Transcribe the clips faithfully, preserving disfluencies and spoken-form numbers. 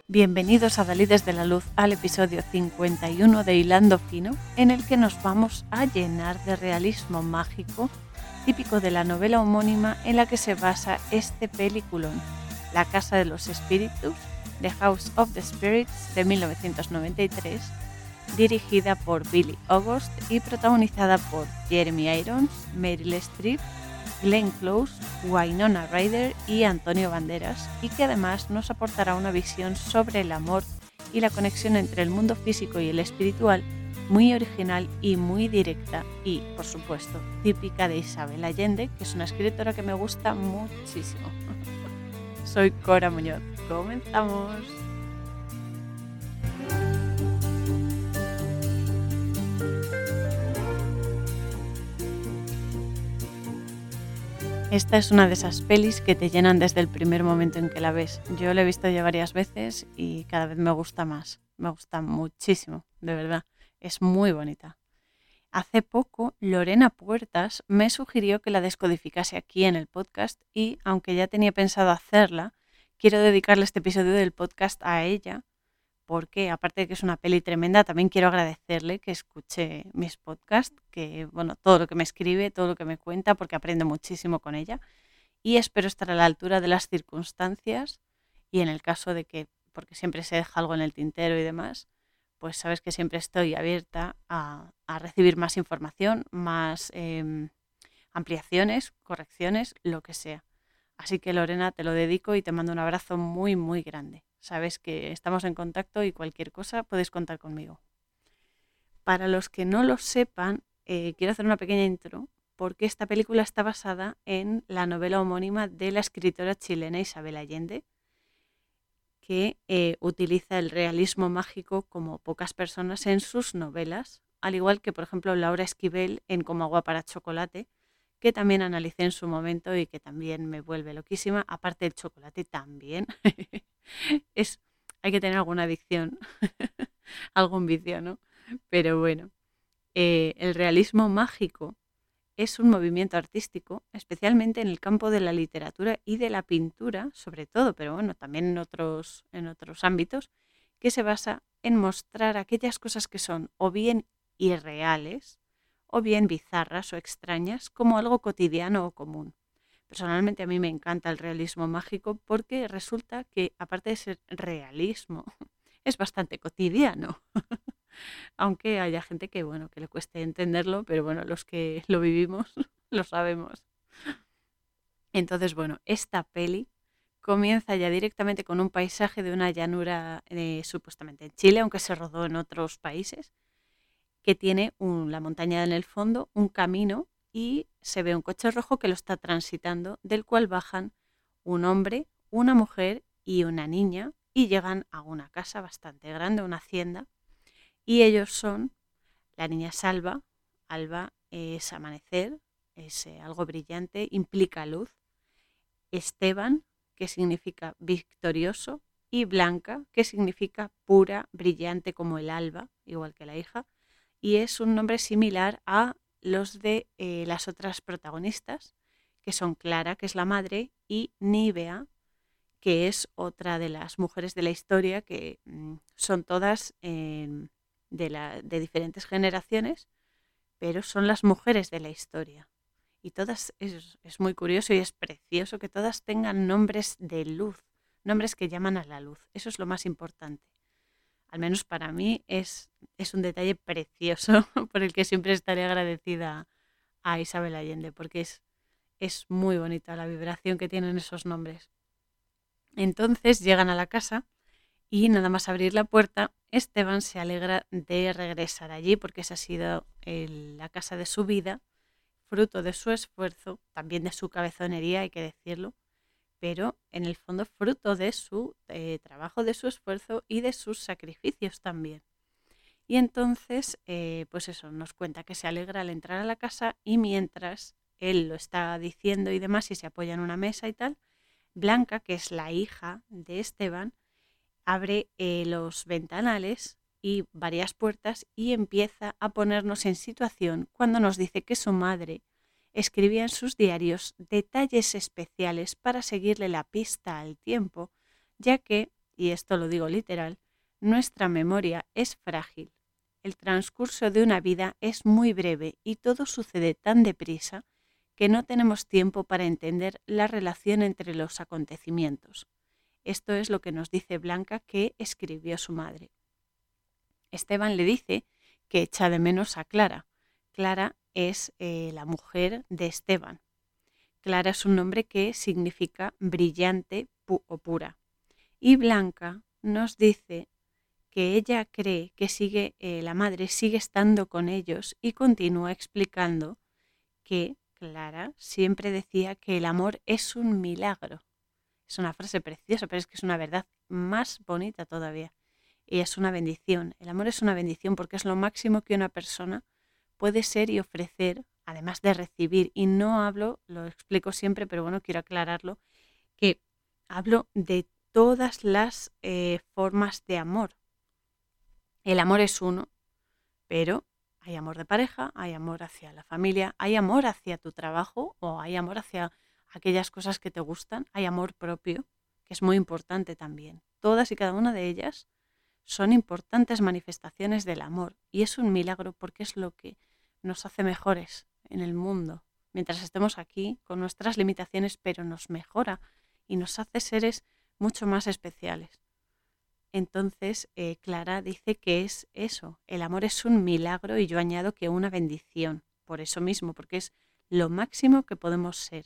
Bienvenidos a Dalides de la Luz al episodio cincuenta y uno de Hilando Fino, en el que nos vamos a llenar de realismo mágico típico de la novela homónima en la que se basa este peliculón, La Casa de los Espíritus, The House of the Spirits de mil novecientos noventa y tres, dirigida por Billy August y protagonizada por Jeremy Irons, Meryl Streep, Glenn Close, Winona Ryder y Antonio Banderas, y que además nos aportará una visión sobre el amor y la conexión entre el mundo físico y el espiritual muy original y muy directa y, por supuesto, típica de Isabel Allende, que es una escritora que me gusta muchísimo. Soy Cora Muñoz. ¡Comenzamos! Esta es una de esas pelis que te llenan desde el primer momento en que la ves. Yo la he visto ya varias veces y cada vez me gusta más. Me gusta muchísimo, de verdad. Es muy bonita. Hace poco, Lorena Puertas me sugirió que la descodificase aquí en el podcast y, aunque ya tenía pensado hacerla, quiero dedicarle este episodio del podcast a ella, porque aparte de que es una peli tremenda, también quiero agradecerle que escuche mis podcasts, que bueno, todo lo que me escribe, todo lo que me cuenta, porque aprendo muchísimo con ella y espero estar a la altura de las circunstancias y en el caso de que, porque siempre se deja algo en el tintero y demás, pues sabes que siempre estoy abierta a, a recibir más información, más eh, ampliaciones, correcciones, lo que sea. Así que Lorena, te lo dedico y te mando un abrazo muy, muy grande. Sabes que estamos en contacto y cualquier cosa puedes contar conmigo. Para los que no lo sepan, eh, quiero hacer una pequeña intro porque esta película está basada en la novela homónima de la escritora chilena Isabel Allende, que eh, utiliza el realismo mágico como pocas personas en sus novelas, al igual que, por ejemplo, Laura Esquivel en Como agua para chocolate, que también analicé en su momento y que también me vuelve loquísima. Aparte del chocolate también. es, hay que tener alguna adicción, algún vicio, ¿no? Pero bueno, eh, el realismo mágico es un movimiento artístico, especialmente en el campo de la literatura y de la pintura, sobre todo, pero bueno, también en otros, en otros ámbitos, que se basa en mostrar aquellas cosas que son o bien irreales, o bien bizarras o extrañas, como algo cotidiano o común. Personalmente a mí me encanta el realismo mágico porque resulta que, aparte de ser realismo, es bastante cotidiano. Aunque haya gente que, bueno, que le cueste entenderlo, pero bueno, los que lo vivimos lo sabemos. Entonces, bueno, esta peli comienza ya directamente con un paisaje de una llanura eh, supuestamente en Chile, aunque se rodó en otros países, que tiene un, la montaña en el fondo, un camino y se ve un coche rojo que lo está transitando, del cual bajan un hombre, una mujer y una niña y llegan a una casa bastante grande, una hacienda, y ellos son, la niña es Alba, Alba es amanecer, es eh, algo brillante, implica luz, Esteban, que significa victorioso, y Blanca, que significa pura, brillante como el alba, igual que la hija, y es un nombre similar a los de eh, las otras protagonistas, que son Clara, que es la madre, y Nívea, que es otra de las mujeres de la historia, que mm, son todas eh, de, la, de diferentes generaciones, pero son las mujeres de la historia. Y todas, es, es muy curioso y es precioso que todas tengan nombres de luz, nombres que llaman a la luz. Eso es lo más importante. Al menos para mí es, es un detalle precioso por el que siempre estaré agradecida a Isabel Allende, porque es, es muy bonita la vibración que tienen esos nombres. Entonces llegan a la casa y nada más abrir la puerta, Esteban se alegra de regresar allí porque esa ha sido el, la casa de su vida, fruto de su esfuerzo, también de su cabezonería, hay que decirlo, pero en el fondo fruto de su eh, trabajo, de su esfuerzo y de sus sacrificios también. Y entonces, eh, pues eso, nos cuenta que se alegra al entrar a la casa y mientras él lo está diciendo y demás y se apoya en una mesa y tal, Blanca, que es la hija de Esteban, abre eh, los ventanales y varias puertas y empieza a ponernos en situación cuando nos dice que su madre escribía en sus diarios detalles especiales para seguirle la pista al tiempo, ya que y esto lo digo literal, nuestra memoria es frágil. El transcurso de una vida es muy breve y todo sucede tan deprisa que no tenemos tiempo para entender la relación entre los acontecimientos. Esto es lo que nos dice Blanca que escribió su madre. Esteban le dice que echa de menos a Clara. Clara es eh, la mujer de Esteban. Clara es un nombre que significa brillante pu- o pura. Y Blanca nos dice que ella cree que sigue, eh, la madre sigue estando con ellos y continúa explicando que Clara siempre decía que el amor es un milagro. Es una frase preciosa, pero es que es una verdad más bonita todavía. Y es una bendición. El amor es una bendición porque es lo máximo que una persona puede ser y ofrecer, además de recibir. Y no hablo, lo explico siempre, pero bueno, quiero aclararlo, que hablo de todas las eh, formas de amor. El amor es uno, pero hay amor de pareja, hay amor hacia la familia, hay amor hacia tu trabajo o hay amor hacia aquellas cosas que te gustan, hay amor propio, que es muy importante también. Todas y cada una de ellas son importantes manifestaciones del amor y es un milagro porque es lo que nos hace mejores en el mundo. Mientras estemos aquí con nuestras limitaciones, pero nos mejora y nos hace seres mucho más especiales. Entonces, eh, Clara dice que es eso, el amor es un milagro y yo añado que una bendición, por eso mismo, porque es lo máximo que podemos ser.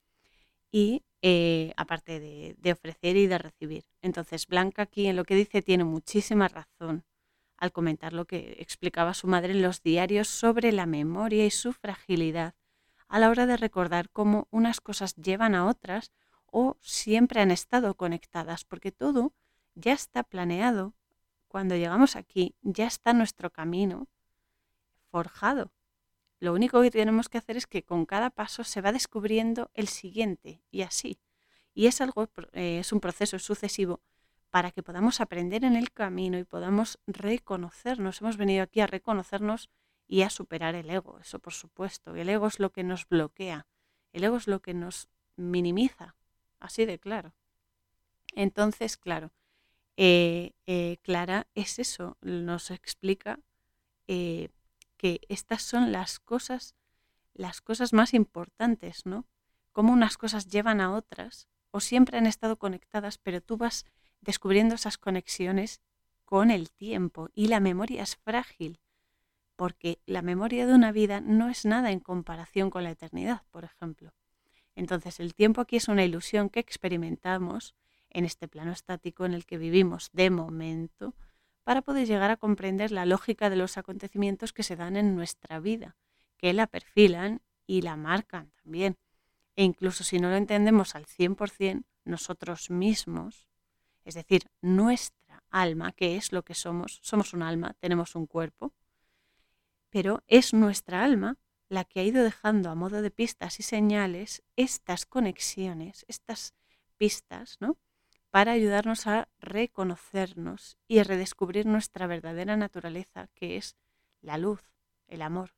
Y eh, aparte de, de ofrecer y de recibir. Entonces, Blanca aquí en lo que dice tiene muchísima razón al comentar lo que explicaba su madre en los diarios sobre la memoria y su fragilidad a la hora de recordar cómo unas cosas llevan a otras o siempre han estado conectadas, porque todo ya está planeado. Cuando llegamos aquí, ya está nuestro camino forjado. Lo único que tenemos que hacer es que con cada paso se va descubriendo el siguiente y así. Y es algo, eh, es un proceso sucesivo para que podamos aprender en el camino y podamos reconocernos. Hemos venido aquí a reconocernos y a superar el ego, eso por supuesto. El ego es lo que nos bloquea, el ego es lo que nos minimiza, así de claro. Entonces, claro, eh, eh, Clara es eso, nos explica eh, que estas son las cosas, las cosas más importantes, ¿no? Cómo unas cosas llevan a otras o siempre han estado conectadas, pero tú vas descubriendo esas conexiones con el tiempo y la memoria es frágil, porque la memoria de una vida no es nada en comparación con la eternidad, por ejemplo. Entonces, el tiempo aquí es una ilusión que experimentamos en este plano estático en el que vivimos de momento para poder llegar a comprender la lógica de los acontecimientos que se dan en nuestra vida, que la perfilan y la marcan también. E incluso si no lo entendemos al cien por ciento, nosotros mismos, es decir, nuestra alma, que es lo que somos, somos un alma, tenemos un cuerpo, pero es nuestra alma la que ha ido dejando a modo de pistas y señales estas conexiones, estas pistas, ¿no? Para ayudarnos a reconocernos y a redescubrir nuestra verdadera naturaleza, que es la luz, el amor.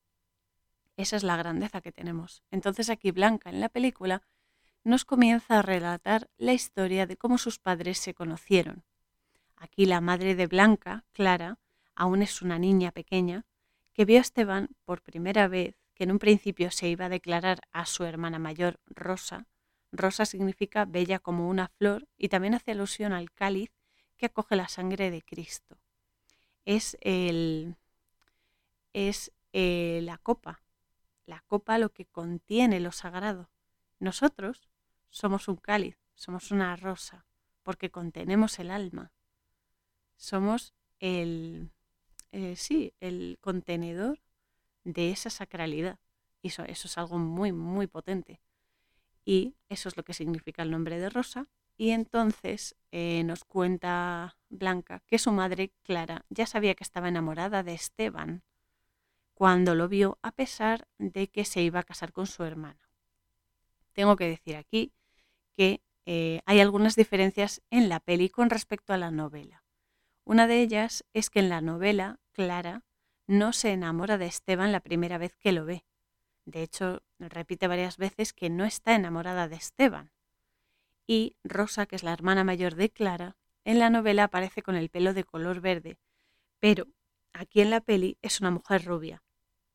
Esa es la grandeza que tenemos. Entonces aquí Blanca en la película nos comienza a relatar la historia de cómo sus padres se conocieron. Aquí la madre de Blanca, Clara, aún es una niña pequeña, que vio a Esteban por primera vez, que en un principio se iba a declarar a su hermana mayor, Rosa. Rosa significa bella como una flor y también hace alusión al cáliz que acoge la sangre de Cristo. Es, el, es eh, la copa, la copa lo que contiene lo sagrado. Nosotros somos un cáliz, somos una rosa, porque contenemos el alma. Somos el, eh, sí, el contenedor de esa sacralidad. Y eso, eso es algo muy, muy potente. Y eso es lo que significa el nombre de Rosa. Y entonces eh, nos cuenta Blanca que su madre, Clara, ya sabía que estaba enamorada de Esteban cuando lo vio, a pesar de que se iba a casar con su hermano. Tengo que decir aquí que eh, hay algunas diferencias en la peli con respecto a la novela. Una de ellas es que en la novela, Clara no se enamora de Esteban la primera vez que lo ve. De hecho, repite varias veces que no está enamorada de Esteban. Y Rosa, que es la hermana mayor de Clara, en la novela aparece con el pelo de color verde, pero aquí en la peli es una mujer rubia.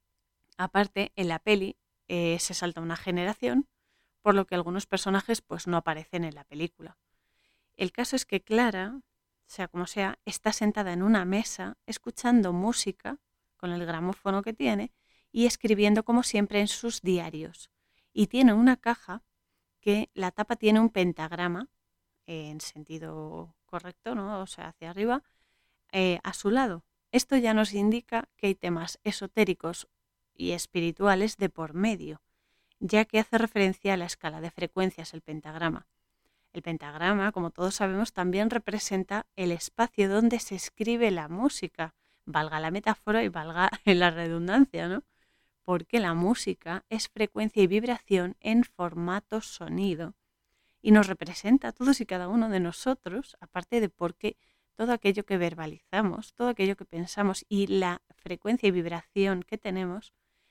Aparte, en la peli eh, se salta una generación, por lo que algunos personajes pues no aparecen en la película. El caso es que Clara, sea como sea, está sentada en una mesa escuchando música con el gramófono que tiene y escribiendo como siempre en sus diarios. Y tiene una caja que la tapa tiene un pentagrama eh, en sentido correcto, ¿no? O sea, hacia arriba, eh, a su lado. Esto ya nos indica que hay temas esotéricos y espirituales de por medio, ya que hace referencia a la escala de frecuencias, el pentagrama. El pentagrama, como todos sabemos, también representa el espacio donde se escribe la música, valga la metáfora y valga la redundancia, ¿no? Porque la música es frecuencia y vibración en formato sonido y nos representa a todos y cada uno de nosotros, aparte de porque todo aquello que verbalizamos, todo aquello que pensamos y la frecuencia y vibración que tenemos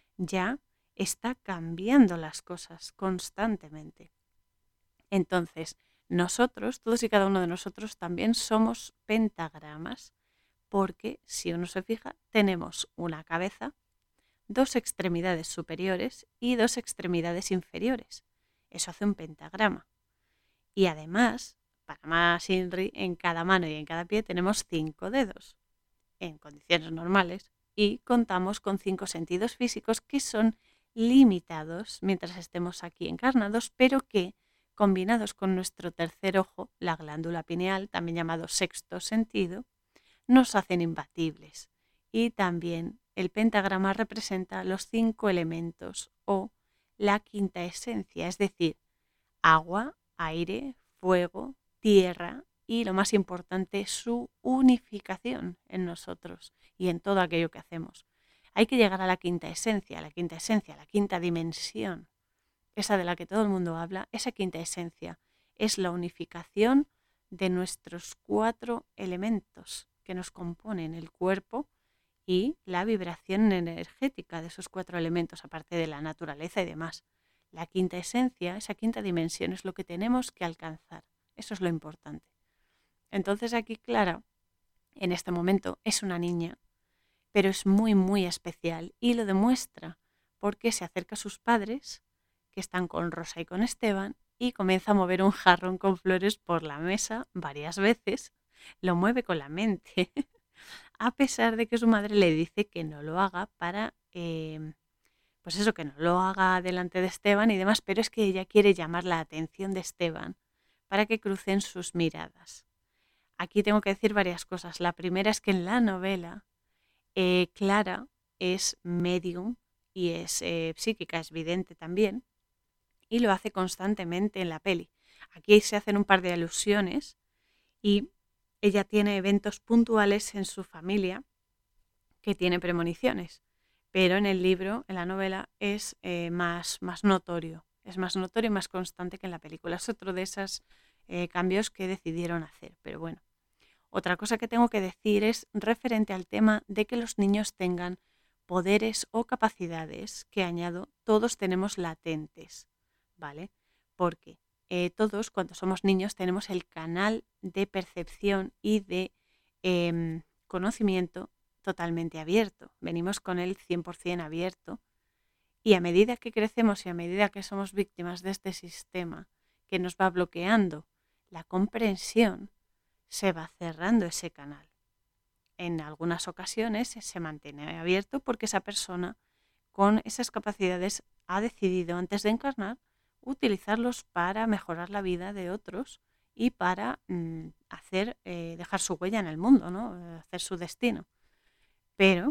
ya está cambiando las cosas constantemente. Entonces, nosotros, todos y cada uno de nosotros, también somos pentagramas, porque si uno se fija, tenemos una cabeza, dos extremidades superiores y dos extremidades inferiores. Eso hace un pentagrama. Y además, para más INRI, en cada mano y en cada pie tenemos cinco dedos, en condiciones normales, y contamos con cinco sentidos físicos que son limitados mientras estemos aquí encarnados, pero que, combinados con nuestro tercer ojo, la glándula pineal, también llamado sexto sentido, nos hacen imbatibles. Y también el pentagrama representa los cinco elementos o la quinta esencia, es decir, agua, aire, fuego, tierra y, lo más importante, su unificación en nosotros y en todo aquello que hacemos. Hay que llegar a la quinta esencia, a la quinta esencia, a la quinta dimensión, esa de la que todo el mundo habla. Esa quinta esencia es la unificación de nuestros cuatro elementos que nos componen el cuerpo y la vibración energética de esos cuatro elementos, aparte de la naturaleza y demás. La quinta esencia, esa quinta dimensión, es lo que tenemos que alcanzar. Eso es lo importante. Entonces aquí Clara, en este momento, es una niña, pero es muy, muy especial y lo demuestra porque se acerca a sus padres, que están con Rosa y con Esteban, y comienza a mover un jarrón con flores por la mesa varias veces. Lo mueve con la mente, a pesar de que su madre le dice que no lo haga para... Eh, pues eso, que no lo haga delante de Esteban y demás, pero es que ella quiere llamar la atención de Esteban para que crucen sus miradas. Aquí tengo que decir varias cosas. La primera es que en la novela eh, Clara es medium y es eh, psíquica, es vidente también, y lo hace constantemente en la peli. Aquí se hacen un par de alusiones y ella tiene eventos puntuales en su familia que tiene premoniciones. Pero en el libro, en la novela, es eh, más, más notorio. Es más notorio y más constante que en la película. Es otro de esos eh, cambios que decidieron hacer. Pero bueno, otra cosa que tengo que decir es referente al tema de que los niños tengan poderes o capacidades que, añado, todos tenemos latentes, ¿vale? Porque eh, todos, cuando somos niños, tenemos el canal de percepción y de eh, conocimiento totalmente abierto. Venimos con él cien por ciento abierto y a medida que crecemos y a medida que somos víctimas de este sistema que nos va bloqueando la comprensión, se va cerrando ese canal. En algunas ocasiones se mantiene abierto porque esa persona con esas capacidades ha decidido antes de encarnar utilizarlos para mejorar la vida de otros y para mm, hacer, eh, dejar su huella en el mundo, ¿no? Hacer su destino. Pero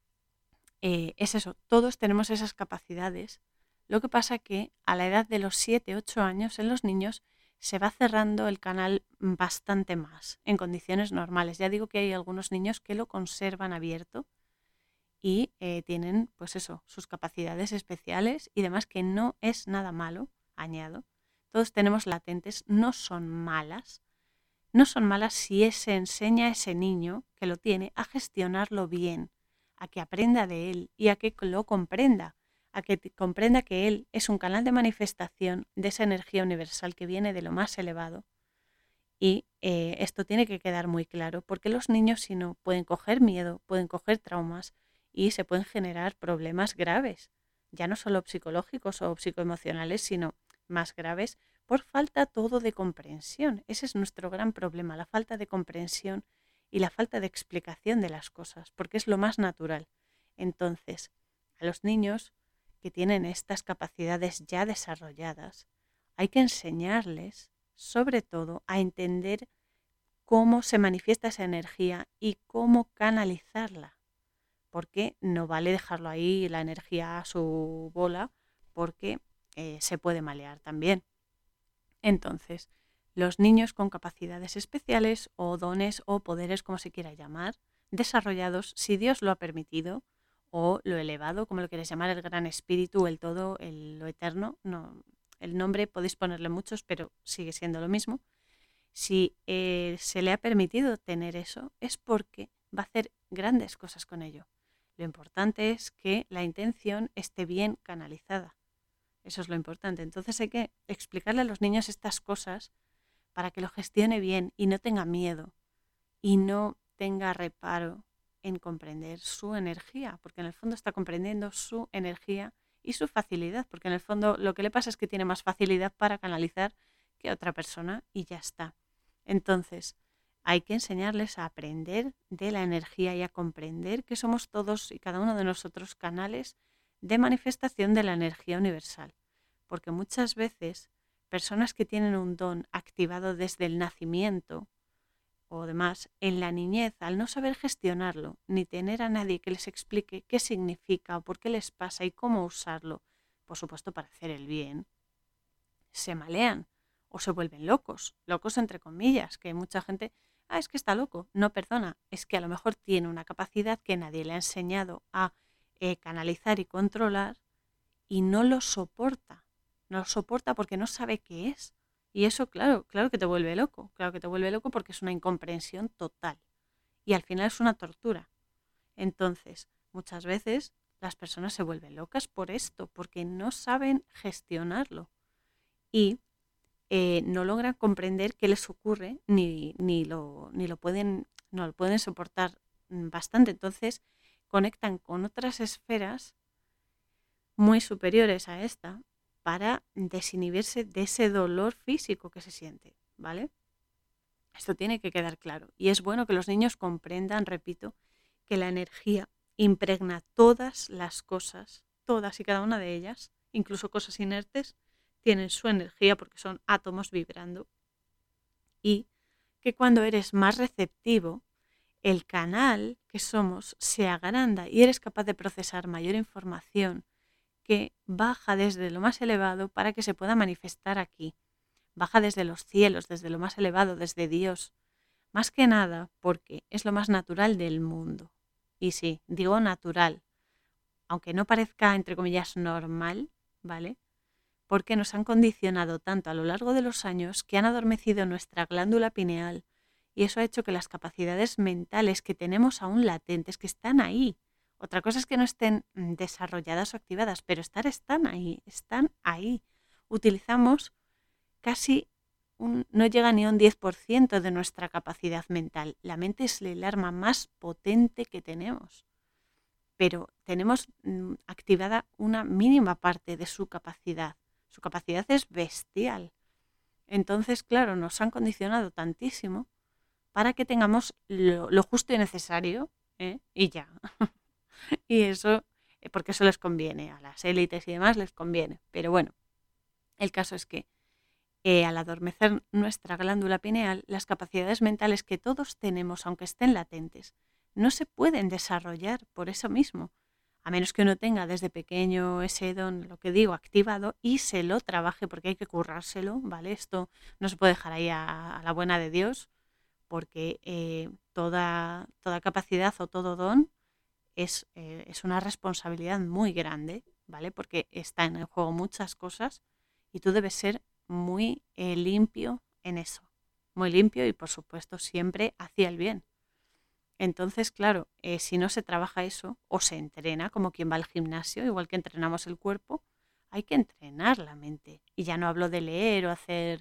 eh, es eso, todos tenemos esas capacidades. Lo que pasa que a la edad de los siete ocho años en los niños se va cerrando el canal bastante más en condiciones normales. Ya digo que hay algunos niños que lo conservan abierto y eh, tienen, pues eso, sus capacidades especiales y demás, que no es nada malo, añado. Todos tenemos latentes, no son malas. No son malas si se enseña a ese niño que lo tiene a gestionarlo bien, a que aprenda de él y a que lo comprenda, a que comprenda que él es un canal de manifestación de esa energía universal que viene de lo más elevado Y eh, esto tiene que quedar muy claro, porque los niños, si no, pueden coger miedo, pueden coger traumas y se pueden generar problemas graves, ya no solo psicológicos o psicoemocionales, sino más graves por falta todo de comprensión. Ese es nuestro gran problema, la falta de comprensión y la falta de explicación de las cosas, porque es lo más natural. Entonces, a los niños que tienen estas capacidades ya desarrolladas, hay que enseñarles, sobre todo, a entender cómo se manifiesta esa energía y cómo canalizarla, porque no vale dejarlo ahí, la energía a su bola, porque eh, se puede malear también. Entonces, los niños con capacidades especiales o dones o poderes, como se quiera llamar, desarrollados, si Dios lo ha permitido, o lo elevado, como lo quieres llamar, el gran espíritu, el todo, el, lo eterno, no, el nombre podéis ponerle muchos, pero sigue siendo lo mismo. Si eh, se le ha permitido tener eso, es porque va a hacer grandes cosas con ello. Lo importante es que la intención esté bien canalizada. Eso es lo importante. Entonces hay que explicarle a los niños estas cosas para que lo gestione bien y no tenga miedo y no tenga reparo en comprender su energía, porque en el fondo está comprendiendo su energía y su facilidad, porque en el fondo lo que le pasa es que tiene más facilidad para canalizar que otra persona y ya está. Entonces, hay que enseñarles a aprender de la energía y a comprender que somos todos y cada uno de nosotros canales de manifestación de la energía universal, porque muchas veces personas que tienen un don activado desde el nacimiento o demás, en la niñez, al no saber gestionarlo, ni tener a nadie que les explique qué significa o por qué les pasa y cómo usarlo, por supuesto para hacer el bien, se malean o se vuelven locos, locos entre comillas, que mucha gente, ah, es que está loco. No, perdona, es que a lo mejor tiene una capacidad que nadie le ha enseñado a eh, canalizar y controlar y no lo soporta, no lo soporta porque no sabe qué es. Y eso, claro, claro que te vuelve loco, claro que te vuelve loco porque es una incomprensión total y al final es una tortura. Entonces, muchas veces las personas se vuelven locas por esto, porque no saben gestionarlo y eh, no logran comprender qué les ocurre ni, ni, lo, ni lo pueden, no lo pueden soportar bastante. Entonces, conectan con otras esferas muy superiores a esta para desinhibirse de ese dolor físico que se siente, ¿vale? Esto tiene que quedar claro. Y es bueno que los niños comprendan, repito, que la energía impregna todas las cosas, todas y cada una de ellas, incluso cosas inertes, tienen su energía porque son átomos vibrando. Y que cuando eres más receptivo, el canal que somos se agranda y eres capaz de procesar mayor información que baja desde lo más elevado para que se pueda manifestar aquí. Baja desde los cielos, desde lo más elevado, desde Dios. Más que nada porque es lo más natural del mundo. Y sí, digo natural, aunque no parezca, entre comillas, normal, ¿vale? Porque nos han condicionado tanto a lo largo de los años que han adormecido nuestra glándula pineal y eso ha hecho que las capacidades mentales que tenemos aún latentes, que están ahí, otra cosa es que no estén desarrolladas o activadas, pero estar están ahí, están ahí. Utilizamos casi, un, no llega ni a un diez por ciento de nuestra capacidad mental. La mente es el arma más potente que tenemos, pero tenemos mm, activada una mínima parte de su capacidad. Su capacidad es bestial. Entonces, claro, nos han condicionado tantísimo para que tengamos lo, lo justo y necesario, ¿eh? Y ya. Y eso, eh, porque eso les conviene, a las élites y demás les conviene. Pero bueno, el caso es que eh, al adormecer nuestra glándula pineal, las capacidades mentales que todos tenemos, aunque estén latentes, no se pueden desarrollar por eso mismo, a menos que uno tenga desde pequeño ese don, lo que digo, activado y se lo trabaje, porque hay que currárselo, ¿vale? Esto no se puede dejar ahí a, a la buena de Dios, porque eh, toda, toda capacidad o todo don es, eh, es una responsabilidad muy grande, ¿vale? Porque está en el juego muchas cosas y tú debes ser muy eh, limpio en eso, muy limpio y por supuesto siempre hacia el bien. Entonces, claro, eh, si no se trabaja eso o se entrena como quien va al gimnasio, igual que entrenamos el cuerpo, hay que entrenar la mente. Y ya no hablo de leer o hacer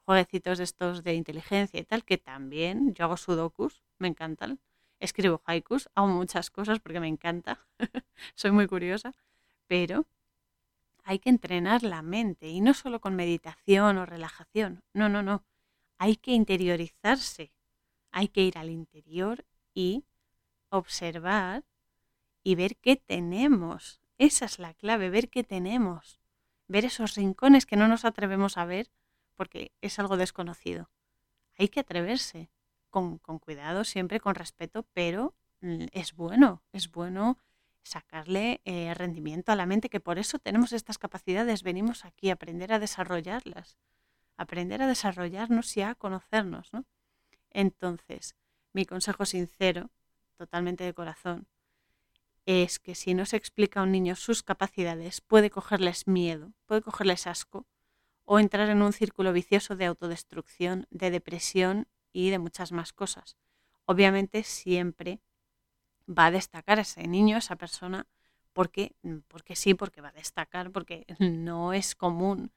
jueguecitos de estos de inteligencia y tal, que también yo hago sudokus, me encantan. Escribo haikus, hago muchas cosas porque me encanta, soy muy curiosa, pero hay que entrenar la mente y no solo con meditación o relajación, no, no, no, hay que interiorizarse, hay que ir al interior y observar y ver qué tenemos. Esa es la clave, ver qué tenemos, ver esos rincones que no nos atrevemos a ver porque es algo desconocido. Hay que atreverse, con, con cuidado, siempre con respeto, pero mm, es bueno, es bueno sacarle eh, rendimiento a la mente, que por eso tenemos estas capacidades, venimos aquí a aprender a desarrollarlas, aprender a desarrollarnos y a conocernos, ¿no? Entonces, mi consejo sincero, totalmente de corazón, es que si no se explica a un niño sus capacidades, puede cogerles miedo, puede cogerles asco o entrar en un círculo vicioso de autodestrucción, de depresión y de muchas más cosas. Obviamente siempre va a destacar ese niño, esa persona, porque, porque sí, porque va a destacar, porque no es común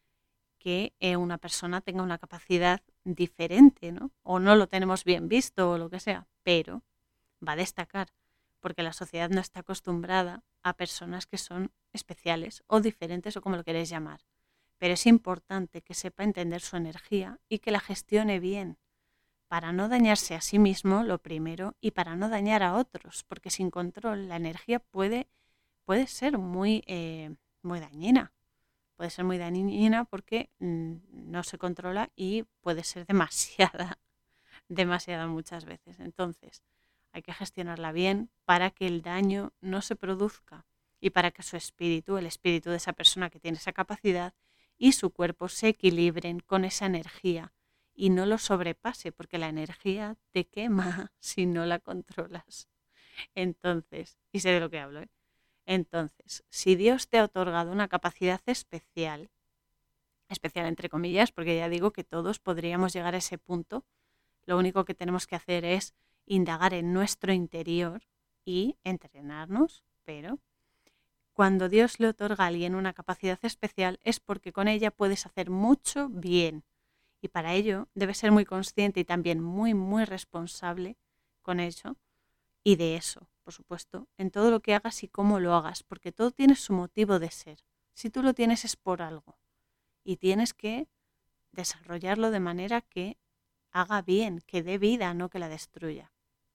que eh, una persona tenga una capacidad diferente, ¿no? O no lo tenemos bien visto o lo que sea, pero va a destacar, porque la sociedad no está acostumbrada a personas que son especiales o diferentes o como lo queréis llamar. Pero es importante que sepa entender su energía y que la gestione bien, para no dañarse a sí mismo, lo primero, y para no dañar a otros, porque sin control la energía puede, puede ser muy, eh, muy dañina. Puede ser muy dañina porque mm, no se controla y puede ser demasiada, demasiada muchas veces. Entonces, hay que gestionarla bien para que el daño no se produzca y para que su espíritu, el espíritu de esa persona que tiene esa capacidad y su cuerpo se equilibren con esa energía y no lo sobrepase, porque la energía te quema si no la controlas. Entonces, y sé de lo que hablo, ¿eh? Entonces, si Dios te ha otorgado una capacidad especial, especial entre comillas, porque ya digo que todos podríamos llegar a ese punto, lo único que tenemos que hacer es indagar en nuestro interior y entrenarnos, pero cuando Dios le otorga a alguien una capacidad especial es porque con ella puedes hacer mucho bien y para ello debes ser muy consciente y también muy, muy responsable con ello y de eso, por supuesto, en todo lo que hagas y cómo lo hagas, porque todo tiene su motivo de ser. Si tú lo tienes es por algo y tienes que desarrollarlo de manera que haga bien, que dé vida, no que la destruya.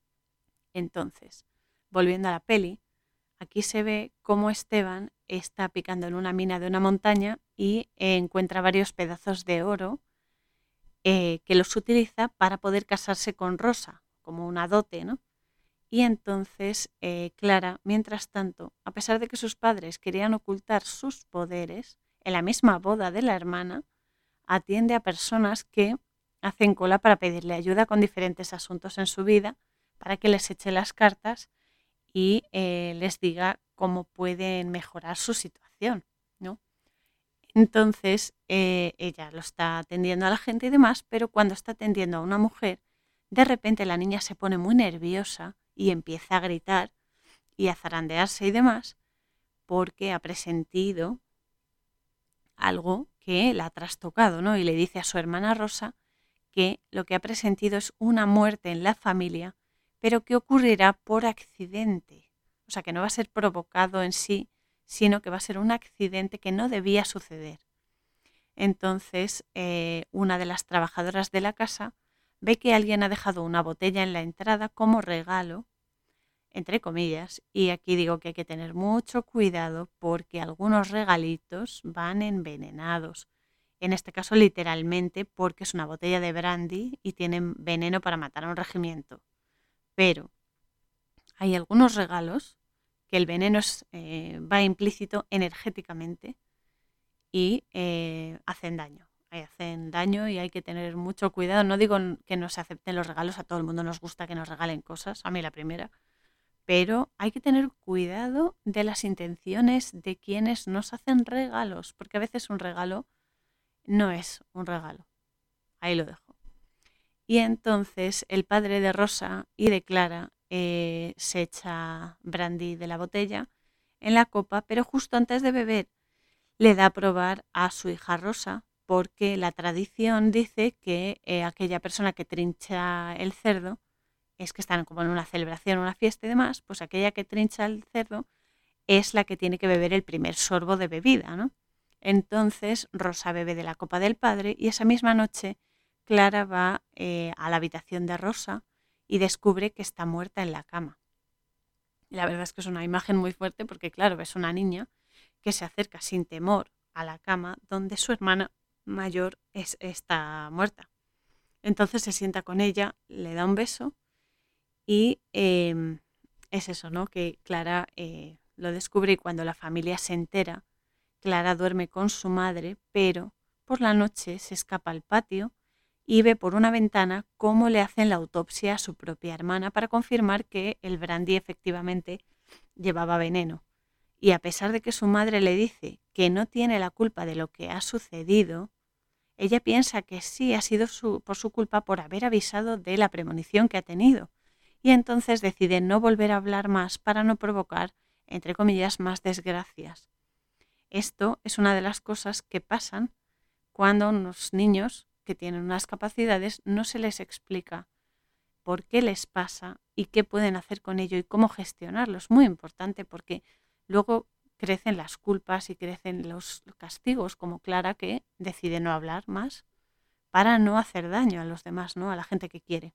Entonces, volviendo a la peli, aquí se ve cómo Esteban está picando en una mina de una montaña y eh, encuentra varios pedazos de oro eh, que los utiliza para poder casarse con Rosa, como una dote, ¿no? Y entonces eh, Clara, mientras tanto, a pesar de que sus padres querían ocultar sus poderes, en la misma boda de la hermana, atiende a personas que hacen cola para pedirle ayuda con diferentes asuntos en su vida, para que les eche las cartas y eh, les diga cómo pueden mejorar su situación, ¿no? Entonces, eh, ella lo está atendiendo a la gente y demás, pero cuando está atendiendo a una mujer, de repente la niña se pone muy nerviosa y empieza a gritar y a zarandearse y demás, porque ha presentido algo que la ha trastocado, ¿no? Y le dice a su hermana Rosa que lo que ha presentido es una muerte en la familia, pero que ocurrirá por accidente. O sea, que no va a ser provocado en sí, sino que va a ser un accidente que no debía suceder. Entonces, eh, una de las trabajadoras de la casa ve que alguien ha dejado una botella en la entrada como regalo, entre comillas, y aquí digo que hay que tener mucho cuidado porque algunos regalitos van envenenados. En este caso literalmente porque es una botella de brandy y tienen veneno para matar a un regimiento. Pero hay algunos regalos que el veneno es, eh, va implícito energéticamente y eh, hacen daño. Hacen daño y hay que tener mucho cuidado. No digo que no se acepten los regalos, a todo el mundo nos gusta que nos regalen cosas, a mí la primera, pero hay que tener cuidado de las intenciones de quienes nos hacen regalos, porque a veces un regalo no es un regalo. Ahí lo dejo. Y entonces el padre de Rosa y de Clara eh, se echa brandy de la botella en la copa, pero justo antes de beber le da a probar a su hija Rosa porque la tradición dice que eh, aquella persona que trincha el cerdo, es que están como en una celebración, una fiesta y demás, pues aquella que trincha el cerdo es la que tiene que beber el primer sorbo de bebida, ¿no? Entonces Rosa bebe de la copa del padre y esa misma noche Clara va eh, a la habitación de Rosa y descubre que está muerta en la cama. La verdad es que es una imagen muy fuerte porque, claro, ves una niña que se acerca sin temor a la cama donde su hermana mayor es, está muerta. Entonces se sienta con ella, le da un beso y eh, es eso, ¿no? Que Clara eh, lo descubre y cuando la familia se entera, Clara duerme con su madre, pero por la noche se escapa al patio y ve por una ventana cómo le hacen la autopsia a su propia hermana para confirmar que el brandy efectivamente llevaba veneno. Y a pesar de que su madre le dice que no tiene la culpa de lo que ha sucedido, ella piensa que sí ha sido su, por su culpa por haber avisado de la premonición que ha tenido. Y entonces decide no volver a hablar más para no provocar, entre comillas, más desgracias. Esto es una de las cosas que pasan cuando a unos niños que tienen unas capacidades no se les explica por qué les pasa y qué pueden hacer con ello y cómo gestionarlo. Es muy importante porque luego crecen las culpas y crecen los castigos, como Clara, que decide no hablar más para no hacer daño a los demás, ¿no? A la gente que quiere.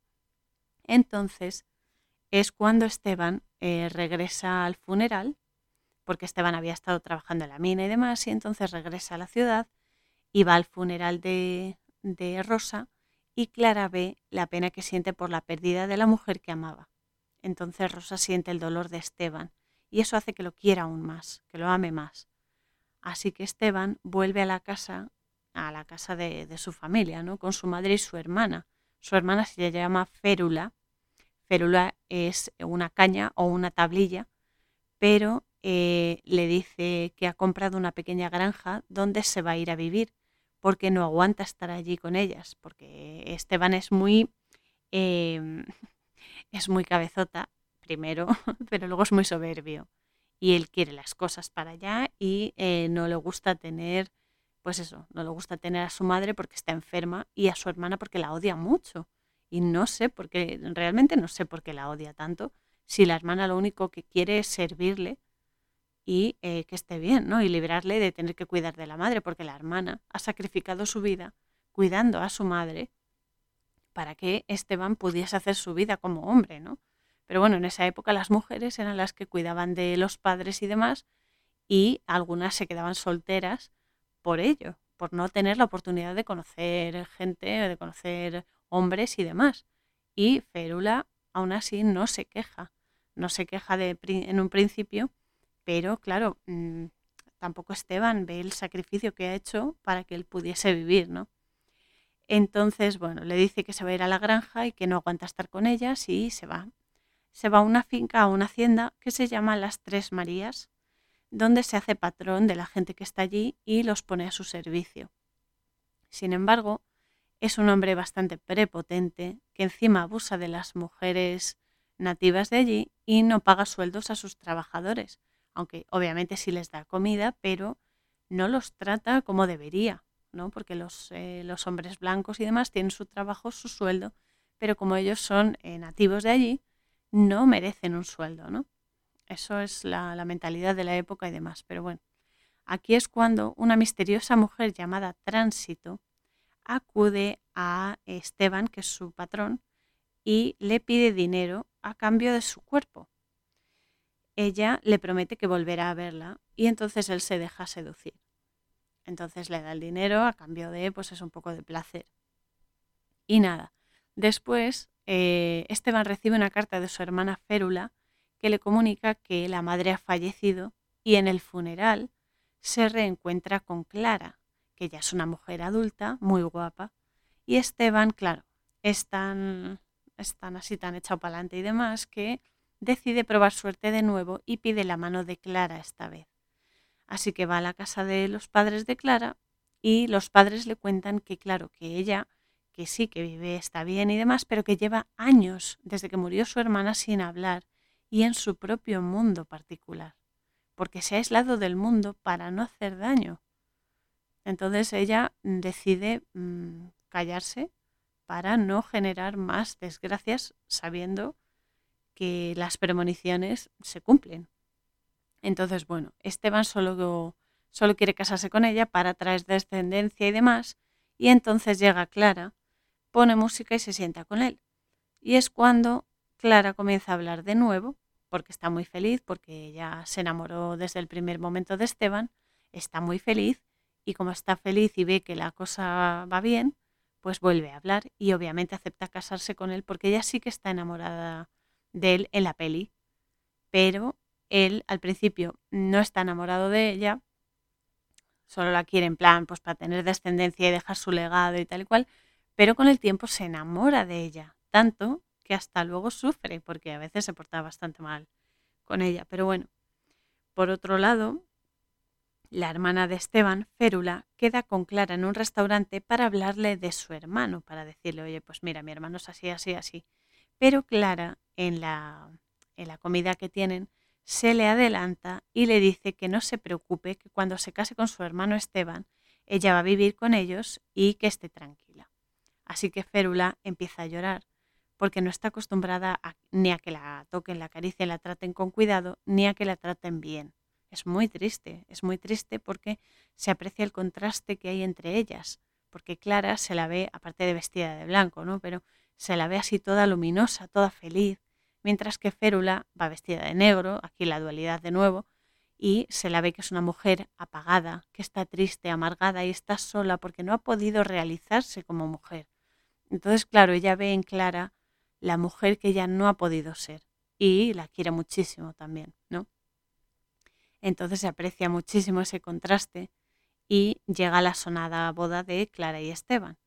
Entonces es cuando Esteban eh, regresa al funeral, porque Esteban había estado trabajando en la mina y demás, y entonces regresa a la ciudad y va al funeral de, de Rosa y Clara ve la pena que siente por la pérdida de la mujer que amaba. Entonces Rosa siente el dolor de Esteban y eso hace que lo quiera aún más, que lo ame más. Así que Esteban vuelve a la casa, a la casa de, de su familia, ¿no? Con su madre y su hermana. Su hermana se llama Férula. Férula es una caña o una tablilla, pero eh, le dice que ha comprado una pequeña granja donde se va a ir a vivir porque no aguanta estar allí con ellas, porque Esteban es muy, eh, es muy cabezota, primero, pero luego es muy soberbio y él quiere las cosas para allá y eh, no le gusta tener, pues eso, no le gusta tener a su madre porque está enferma y a su hermana porque la odia mucho. Y no sé por qué, realmente no sé por qué la odia tanto, si la hermana lo único que quiere es servirle y eh, que esté bien, ¿no? Y librarle de tener que cuidar de la madre, porque la hermana ha sacrificado su vida cuidando a su madre para que Esteban pudiese hacer su vida como hombre, ¿no? Pero bueno, en esa época las mujeres eran las que cuidaban de los padres y demás, y algunas se quedaban solteras por ello, por no tener la oportunidad de conocer gente, de conocer hombres y demás. Y Férula aún así no se queja, no se queja de, en un principio, pero claro, mmm, tampoco Esteban ve el sacrificio que ha hecho para que él pudiese vivir, ¿no? Entonces, bueno, le dice que se va a ir a la granja y que no aguanta estar con ellas y se va. Se va a una finca, a una hacienda que se llama Las Tres Marías, donde se hace patrón de la gente que está allí y los pone a su servicio. Sin embargo, es un hombre bastante prepotente que encima abusa de las mujeres nativas de allí y no paga sueldos a sus trabajadores, aunque obviamente sí les da comida, pero no los trata como debería, ¿no? Porque los, eh, los hombres blancos y demás tienen su trabajo, su sueldo, pero como ellos son eh, nativos de allí, no merecen un sueldo, ¿no? Eso es la, la mentalidad de la época y demás. Pero bueno, aquí es cuando una misteriosa mujer llamada Tránsito acude a Esteban, que es su patrón, y le pide dinero a cambio de su cuerpo. Ella le promete que volverá a verla y entonces él se deja seducir. Entonces le da el dinero a cambio de, pues es un poco de placer. Y nada, después eh, Esteban recibe una carta de su hermana Férula que le comunica que la madre ha fallecido y en el funeral se reencuentra con Clara, que ya es una mujer adulta, muy guapa, y Esteban, claro, es tan, es tan así, tan echado para adelante y demás, que decide probar suerte de nuevo y pide la mano de Clara esta vez. Así que va a la casa de los padres de Clara y los padres le cuentan que, claro, que ella, que sí, que vive, está bien y demás, pero que lleva años desde que murió su hermana sin hablar y en su propio mundo particular, porque se ha aislado del mundo para no hacer daño. Entonces ella decide mmm, callarse para no generar más desgracias sabiendo que las premoniciones se cumplen. Entonces, bueno, Esteban solo, solo quiere casarse con ella para traer descendencia y demás, y entonces llega Clara, pone música y se sienta con él. Y es cuando Clara comienza a hablar de nuevo, porque está muy feliz, porque ella se enamoró desde el primer momento de Esteban, está muy feliz, y como está feliz y ve que la cosa va bien, pues vuelve a hablar y obviamente acepta casarse con él porque ella sí que está enamorada de él en la peli, pero él al principio no está enamorado de ella, solo la quiere en plan pues para tener descendencia y dejar su legado y tal y cual, pero con el tiempo se enamora de ella, tanto que hasta luego sufre porque a veces se porta bastante mal con ella. Pero bueno, por otro lado, la hermana de Esteban, Férula, queda con Clara en un restaurante para hablarle de su hermano, para decirle, oye, pues mira, mi hermano es así, así, así. Pero Clara, en la, en la comida que tienen, se le adelanta y le dice que no se preocupe, que cuando se case con su hermano Esteban, ella va a vivir con ellos y que esté tranquila. Así que Férula empieza a llorar porque no está acostumbrada a, ni a que la toquen, la acaricien, la traten con cuidado, ni a que la traten bien. Es muy triste, es muy triste porque se aprecia el contraste que hay entre ellas, porque Clara se la ve, aparte de vestida de blanco, ¿no? Pero se la ve así toda luminosa, toda feliz, mientras que Férula va vestida de negro, aquí la dualidad de nuevo, y se la ve que es una mujer apagada, que está triste, amargada y está sola porque no ha podido realizarse como mujer. Entonces, claro, ella ve en Clara la mujer que ella no ha podido ser y la quiere muchísimo también, ¿no? Entonces se aprecia muchísimo ese contraste y llega la sonada boda de Clara y Esteban.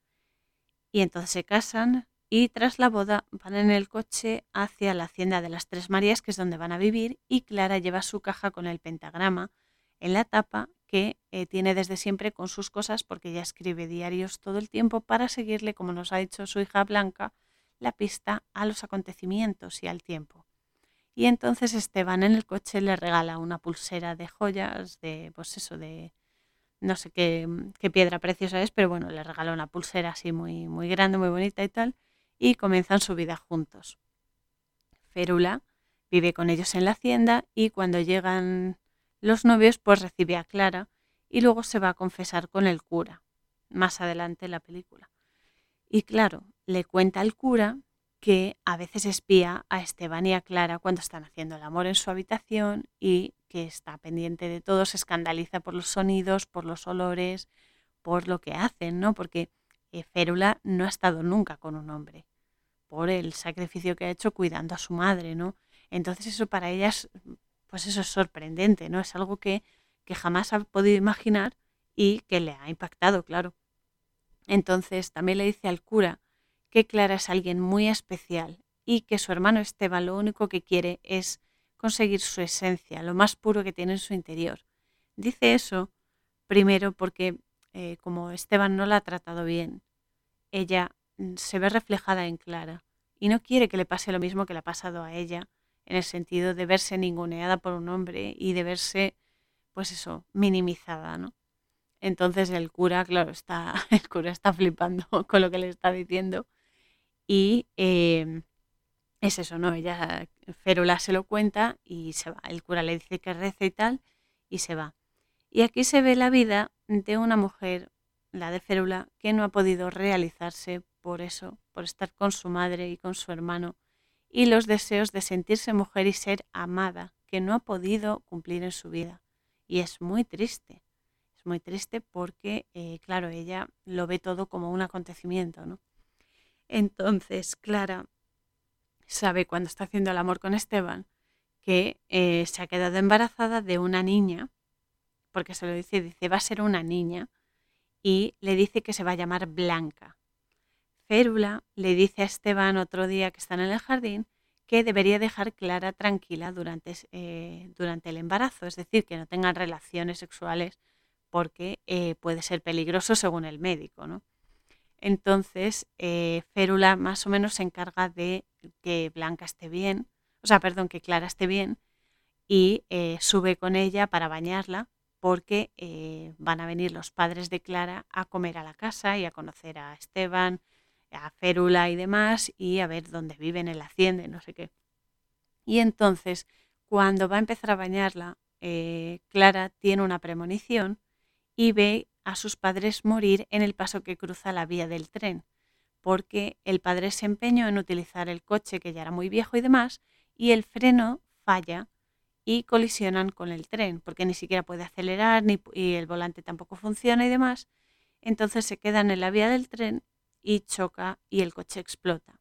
Y entonces se casan y tras la boda van en el coche hacia la hacienda de las Tres Marías, que es donde van a vivir, y Clara lleva su caja con el pentagrama en la tapa que eh, tiene desde siempre con sus cosas porque ella escribe diarios todo el tiempo para seguirle, como nos ha dicho su hija Blanca, la pista a los acontecimientos y al tiempo. Y entonces Esteban en el coche le regala una pulsera de joyas, de pues eso, de no sé qué, qué piedra preciosa es, pero bueno, le regala una pulsera así muy, muy grande, muy bonita y tal, y comienzan su vida juntos. Férula vive con ellos en la hacienda y cuando llegan los novios, pues recibe a Clara y luego se va a confesar con el cura, más adelante en la película. Y claro, le cuenta al cura que a veces espía a Esteban y a Clara cuando están haciendo el amor en su habitación y que está pendiente de todo, se escandaliza por los sonidos, por los olores, por lo que hacen, ¿no? Porque eh, Férula no ha estado nunca con un hombre, por el sacrificio que ha hecho cuidando a su madre, ¿no? Entonces eso para ella es, pues eso es sorprendente, ¿no? Es algo que, que jamás ha podido imaginar y que le ha impactado, claro. Entonces también le dice al cura que Clara es alguien muy especial y que su hermano Esteban lo único que quiere es conseguir su esencia, lo más puro que tiene en su interior. Dice eso primero porque eh, como Esteban no la ha tratado bien, ella mm, se ve reflejada en Clara y no quiere que le pase lo mismo que le ha pasado a ella, en el sentido de verse ninguneada por un hombre y de verse, pues eso, minimizada, ¿no? Entonces el cura, claro, está, el cura está flipando con lo que le está diciendo y eh, es eso, ¿no? Ella, Férula se lo cuenta y se va. El cura le dice que rece y tal y se va. Y aquí se ve la vida de una mujer, la de Férula, que no ha podido realizarse por eso, por estar con su madre y con su hermano y los deseos de sentirse mujer y ser amada, que no ha podido cumplir en su vida. Y es muy triste. Es muy triste porque, eh, claro, ella lo ve todo como un acontecimiento, ¿no? Entonces, Clara sabe cuando está haciendo el amor con Esteban que eh, se ha quedado embarazada de una niña, porque se lo dice, dice, va a ser una niña, y le dice que se va a llamar Blanca. Férula le dice a Esteban otro día que están en el jardín que debería dejar Clara tranquila durante, eh, durante el embarazo, es decir, que no tengan relaciones sexuales porque eh, puede ser peligroso según el médico, ¿no? Entonces, eh, Férula más o menos se encarga de que Blanca esté bien, o sea, perdón, que Clara esté bien, y eh, sube con ella para bañarla, porque eh, van a venir los padres de Clara a comer a la casa y a conocer a Esteban, a Férula y demás, y a ver dónde viven en la hacienda y no sé qué. Y entonces, cuando va a empezar a bañarla, eh, Clara tiene una premonición y ve a sus padres morir en el paso que cruza la vía del tren, porque el padre se empeñó en utilizar el coche, que ya era muy viejo y demás, y el freno falla y colisionan con el tren, porque ni siquiera puede acelerar ni, y el volante tampoco funciona y demás. Entonces se quedan en la vía del tren y choca y el coche explota.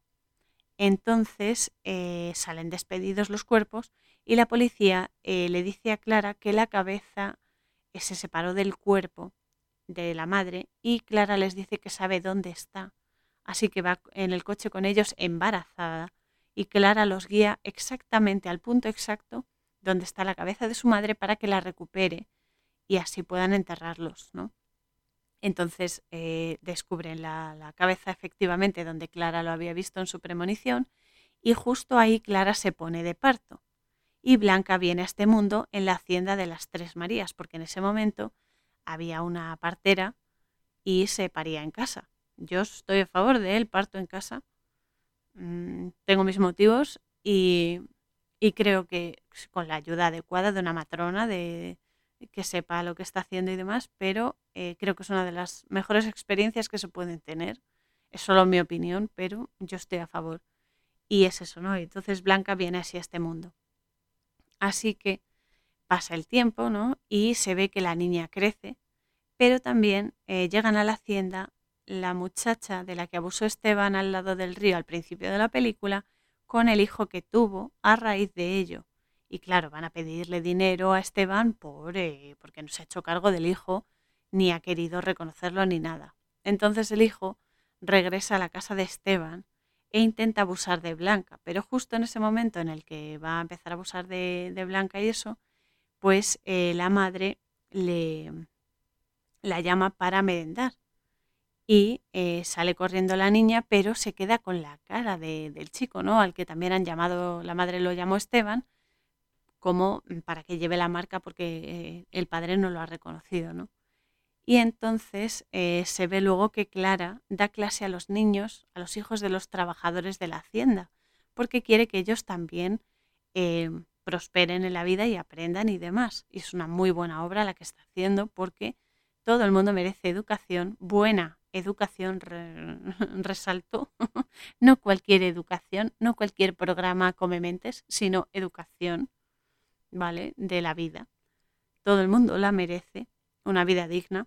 Entonces eh, salen despedidos los cuerpos y la policía eh, le dice a Clara que la cabeza eh, se separó del cuerpo de la madre y Clara les dice que sabe dónde está. Así que va en el coche con ellos embarazada y Clara los guía exactamente al punto exacto donde está la cabeza de su madre para que la recupere y así puedan enterrarlos, ¿no? Entonces eh, descubren la, la cabeza efectivamente donde Clara lo había visto en su premonición y justo ahí Clara se pone de parto. Y Blanca viene a este mundo en la hacienda de las Tres Marías, porque en ese momento había una partera y se paría en casa. Yo estoy a favor del parto en casa, mm, tengo mis motivos y, y creo que con la ayuda adecuada de una matrona, de que sepa lo que está haciendo y demás, pero eh, creo que es una de las mejores experiencias que se pueden tener. Es solo mi opinión, pero yo estoy a favor. Y es eso, ¿no? Entonces Blanca viene así a este mundo. Así que pasa el tiempo, ¿no? Y se ve que la niña crece, pero también eh, llegan a la hacienda la muchacha de la que abusó Esteban al lado del río al principio de la película, con el hijo que tuvo a raíz de ello. Y claro, van a pedirle dinero a Esteban por, eh, porque no se ha hecho cargo del hijo, ni ha querido reconocerlo ni nada. Entonces el hijo regresa a la casa de Esteban e intenta abusar de Blanca, pero justo en ese momento en el que va a empezar a abusar de, de Blanca y eso, pues eh, la madre le la llama para merendar y eh, sale corriendo la niña, pero se queda con la cara de, del chico, ¿no? Al que también han llamado, la madre lo llamó Esteban, como para que lleve la marca porque eh, el padre no lo ha reconocido, ¿no? Y entonces eh, se ve luego que Clara da clase a los niños, a los hijos de los trabajadores de la hacienda, porque quiere que ellos también eh, prosperen en la vida y aprendan y demás. Y es una muy buena obra la que está haciendo porque todo el mundo merece educación, buena educación, re, resalto, no cualquier educación, no cualquier programa come mentes, sino educación, ¿vale? De la vida. Todo el mundo la merece, una vida digna.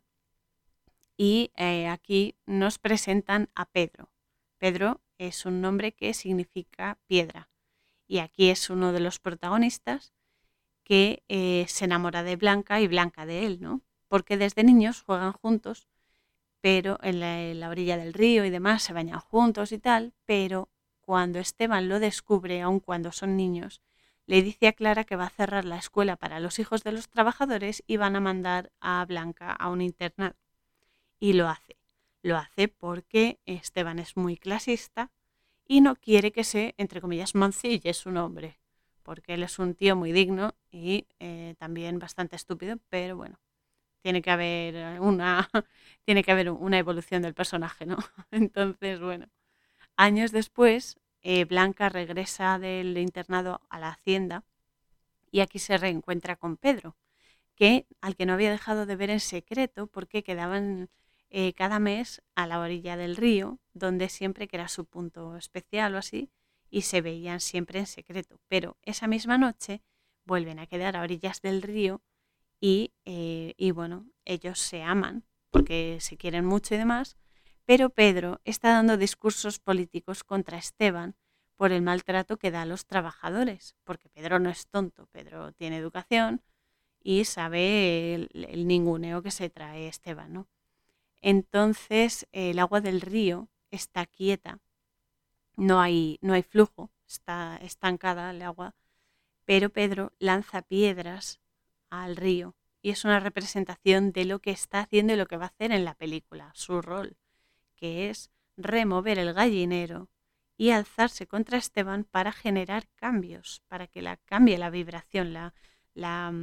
Y eh, aquí nos presentan a Pedro. Pedro es un nombre que significa piedra. Y aquí es uno de los protagonistas que eh, se enamora de Blanca y Blanca de él, ¿no? Porque desde niños juegan juntos, pero en la, en la orilla del río y demás se bañan juntos y tal, pero cuando Esteban lo descubre, aun cuando son niños, le dice a Clara que va a cerrar la escuela para los hijos de los trabajadores y van a mandar a Blanca a un internado. Y lo hace. Lo hace porque Esteban es muy clasista y no quiere que se, entre comillas, mancille su nombre, porque él es un tío muy digno y eh, también bastante estúpido, pero bueno, tiene que haber una, tiene que haber una evolución del personaje, ¿no? Entonces, bueno, años después, eh, Blanca regresa del internado a la hacienda y aquí se reencuentra con Pedro, que al que no había dejado de ver en secreto porque quedaban eh, cada mes a la orilla del río, donde siempre que era su punto especial o así, y se veían siempre en secreto. Pero esa misma noche vuelven a quedar a orillas del río y, eh, y bueno, ellos se aman porque se quieren mucho y demás, pero Pedro está dando discursos políticos contra Esteban por el maltrato que da a los trabajadores, porque Pedro no es tonto, Pedro tiene educación y sabe el, el ninguneo que se trae Esteban, ¿no? Entonces el agua del río está quieta, no hay, no hay flujo, está estancada el agua, pero Pedro lanza piedras al río y es una representación de lo que está haciendo y lo que va a hacer en la película, su rol, que es remover el gallinero y alzarse contra Esteban para generar cambios, para que la cambie la vibración, la, la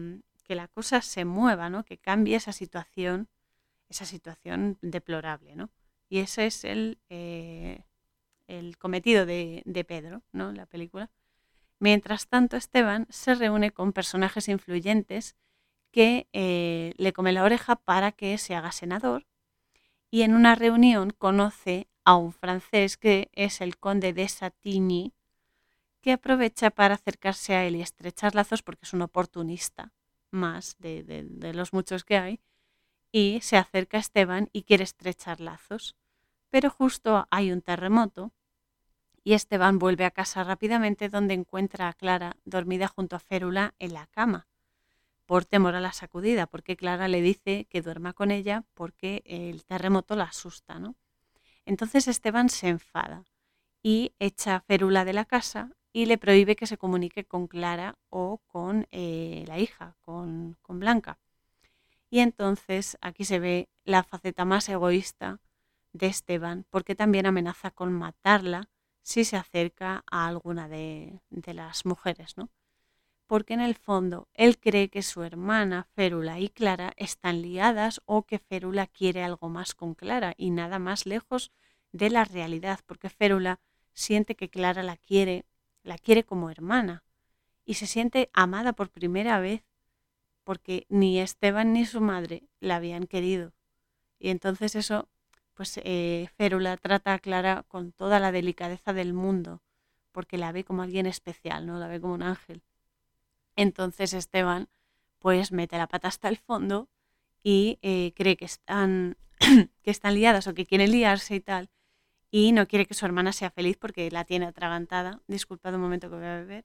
que la cosa se mueva, ¿no? Que cambie esa situación, esa situación deplorable, ¿no? Y ese es el, eh, el cometido de, de Pedro, ¿no? La película. Mientras tanto, Esteban se reúne con personajes influyentes que eh, le comen la oreja para que se haga senador, y en una reunión conoce a un francés que es el conde de Satigny, que aprovecha para acercarse a él y estrechar lazos porque es un oportunista más de, de, de los muchos que hay, y se acerca a Esteban y quiere estrechar lazos. Pero justo hay un terremoto y Esteban vuelve a casa rápidamente, donde encuentra a Clara dormida junto a Férula en la cama, por temor a la sacudida, porque Clara le dice que duerma con ella porque el terremoto la asusta, ¿no? Entonces Esteban se enfada y echa a Férula de la casa y le prohíbe que se comunique con Clara o con eh, la hija, con, con Blanca. Y entonces aquí se ve la faceta más egoísta de Esteban, porque también amenaza con matarla si se acerca a alguna de, de las mujeres, ¿no? Porque en el fondo él cree que su hermana Férula y Clara están liadas, o que Férula quiere algo más con Clara, y nada más lejos de la realidad, porque Férula siente que Clara la quiere, la quiere como hermana, y se siente amada por primera vez, porque ni Esteban ni su madre la habían querido. Y entonces eso, pues eh, Férula trata a Clara con toda la delicadeza del mundo, porque la ve como alguien especial, ¿no? La ve como un ángel. Entonces Esteban pues mete la pata hasta el fondo y eh, cree que están, que están liadas o que quieren liarse y tal, y no quiere que su hermana sea feliz porque la tiene atragantada. Disculpad un momento que voy a beber.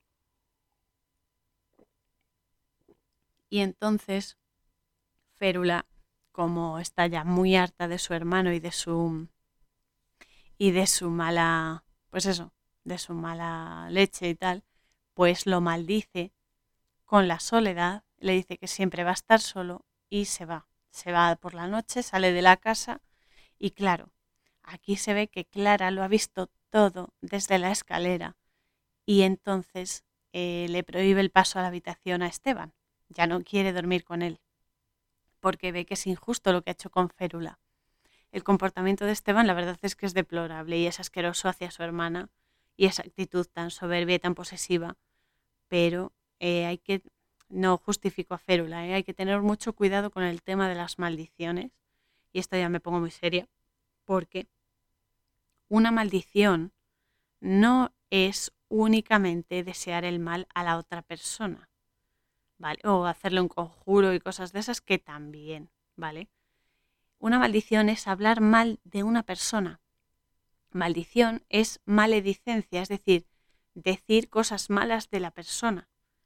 Y entonces Férula, como está ya muy harta de su hermano y de su y de su mala, pues eso, de su mala leche y tal, pues lo maldice con la soledad, le dice que siempre va a estar solo y se va. Se va por la noche, sale de la casa y claro, aquí se ve que Clara lo ha visto todo desde la escalera, y entonces eh, le prohíbe el paso a la habitación a Esteban. Ya no quiere dormir con él porque ve que es injusto lo que ha hecho con Férula. El comportamiento de Esteban, la verdad es que es deplorable y es asqueroso hacia su hermana, y esa actitud tan soberbia y tan posesiva, pero eh, hay que, no justifico a Férula, ¿eh? Hay que tener mucho cuidado con el tema de las maldiciones, y esto ya me pongo muy seria, porque una maldición no es únicamente desear el mal a la otra persona, ¿vale? O hacerle un conjuro y cosas de esas, que también, ¿vale? Una maldición es hablar mal de una persona. Maldición es maledicencia, es decir, decir cosas malas de la persona,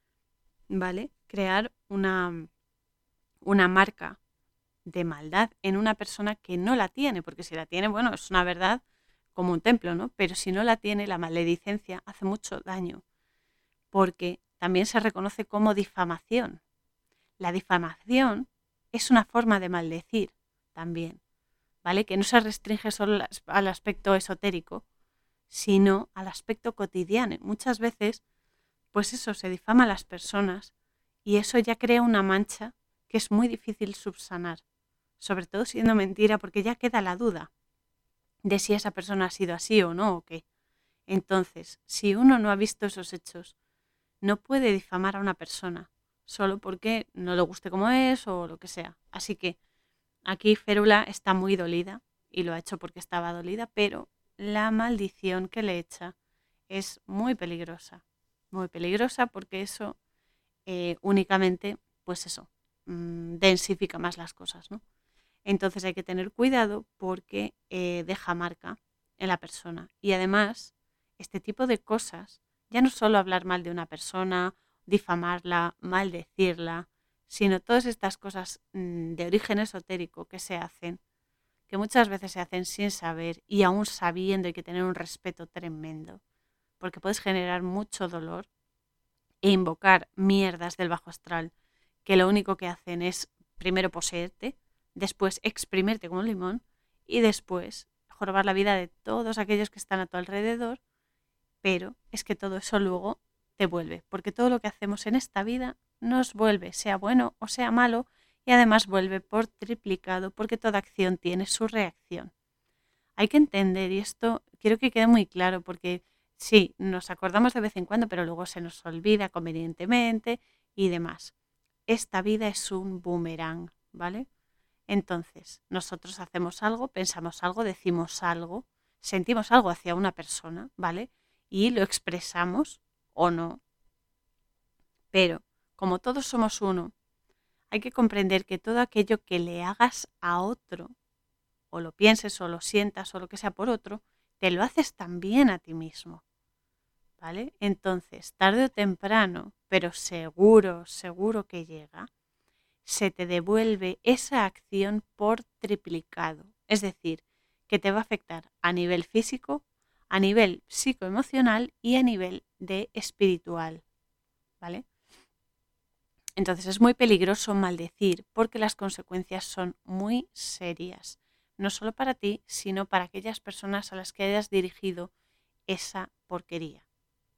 ¿vale? Crear una, una marca de maldad en una persona que no la tiene, porque si la tiene, bueno, es una verdad como un templo, ¿no? Pero si no la tiene, la maledicencia hace mucho daño, porque también se reconoce como difamación. La difamación es una forma de maldecir también, ¿vale? Que no se restringe solo al aspecto esotérico, sino al aspecto cotidiano. Muchas veces, pues eso, se difama a las personas y eso ya crea una mancha que es muy difícil subsanar, sobre todo siendo mentira, porque ya queda la duda de si esa persona ha sido así o no, o qué. Entonces, si uno no ha visto esos hechos, no puede difamar a una persona solo porque no le guste como es o lo que sea. Así que aquí Férula está muy dolida, y lo ha hecho porque estaba dolida, pero la maldición que le echa es muy peligrosa, muy peligrosa, porque eso eh, únicamente, pues eso, mmm, densifica más las cosas, ¿no? Entonces hay que tener cuidado porque eh, deja marca en la persona. Y además, este tipo de cosas, ya no solo hablar mal de una persona, difamarla, maldecirla, sino todas estas cosas mmm, de origen esotérico que se hacen, que muchas veces se hacen sin saber, y aún sabiendo hay que tener un respeto tremendo, porque puedes generar mucho dolor e invocar mierdas del bajo astral que lo único que hacen es primero poseerte, después exprimirte como un limón y después jorobar la vida de todos aquellos que están a tu alrededor. Pero es que todo eso luego te vuelve, porque todo lo que hacemos en esta vida nos vuelve, sea bueno o sea malo, y además vuelve por triplicado porque toda acción tiene su reacción. Hay que entender, y esto quiero que quede muy claro, porque sí, nos acordamos de vez en cuando, pero luego se nos olvida convenientemente y demás. Esta vida es un boomerang, ¿vale? Entonces, nosotros hacemos algo, pensamos algo, decimos algo, sentimos algo hacia una persona, ¿vale? Y lo expresamos o no. Pero, como todos somos uno, hay que comprender que todo aquello que le hagas a otro, o lo pienses o lo sientas o lo que sea por otro, te lo haces también a ti mismo, ¿vale? Entonces, tarde o temprano, pero seguro, seguro que llega, se te devuelve esa acción por triplicado. Es decir, que te va a afectar a nivel físico, a nivel psicoemocional y a nivel de espiritual, ¿vale? Entonces es muy peligroso maldecir porque las consecuencias son muy serias, no solo para ti, sino para aquellas personas a las que hayas dirigido esa porquería.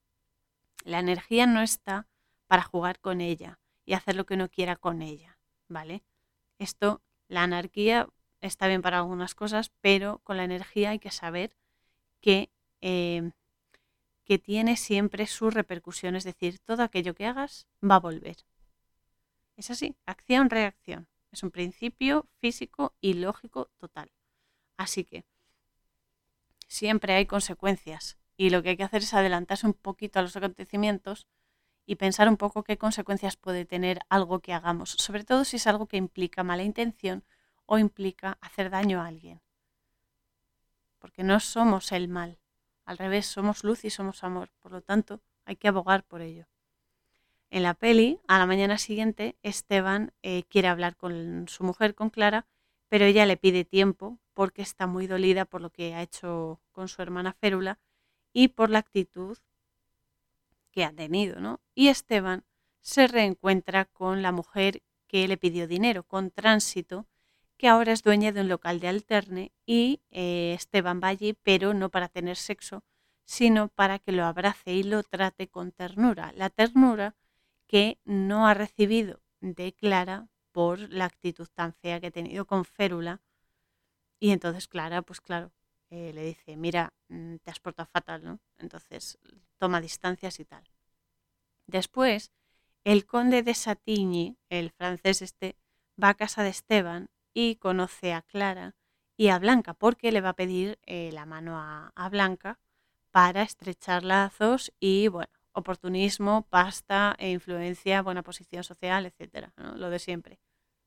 La energía no está para jugar con ella y hacer lo que uno quiera con ella, ¿vale? Esto, la anarquía está bien para algunas cosas, pero con la energía hay que saber que, eh, que tiene siempre su repercusión, es decir, todo aquello que hagas va a volver. Es así, acción-reacción. Es un principio físico y lógico total. Así que siempre hay consecuencias y lo que hay que hacer es adelantarse un poquito a los acontecimientos y pensar un poco qué consecuencias puede tener algo que hagamos, sobre todo si es algo que implica mala intención o implica hacer daño a alguien. Porque no somos el mal, al revés, somos luz y somos amor, por lo tanto hay que abogar por ello. En la peli, a la mañana siguiente, Esteban eh, quiere hablar con su mujer, con Clara, pero ella le pide tiempo porque está muy dolida por lo que ha hecho con su hermana Férula y por la actitud que ha tenido, ¿no? Y Esteban se reencuentra con la mujer que le pidió dinero, con Tránsito, que ahora es dueña de un local de alterne y eh, Esteban va allí, pero no para tener sexo, sino para que lo abrace y lo trate con ternura. La ternura que no ha recibido de Clara por la actitud tan fea que ha tenido con Férula. Y entonces Clara, pues claro, eh, le dice, mira, te has portado fatal, ¿no? Entonces toma distancias y tal. Después, el conde de Satigny, el francés este, va a casa de Esteban y conoce a Clara y a Blanca, porque le va a pedir eh, la mano a, a Blanca para estrechar lazos y, bueno, oportunismo, pasta e influencia, buena posición social, etcétera, ¿no? Lo de siempre.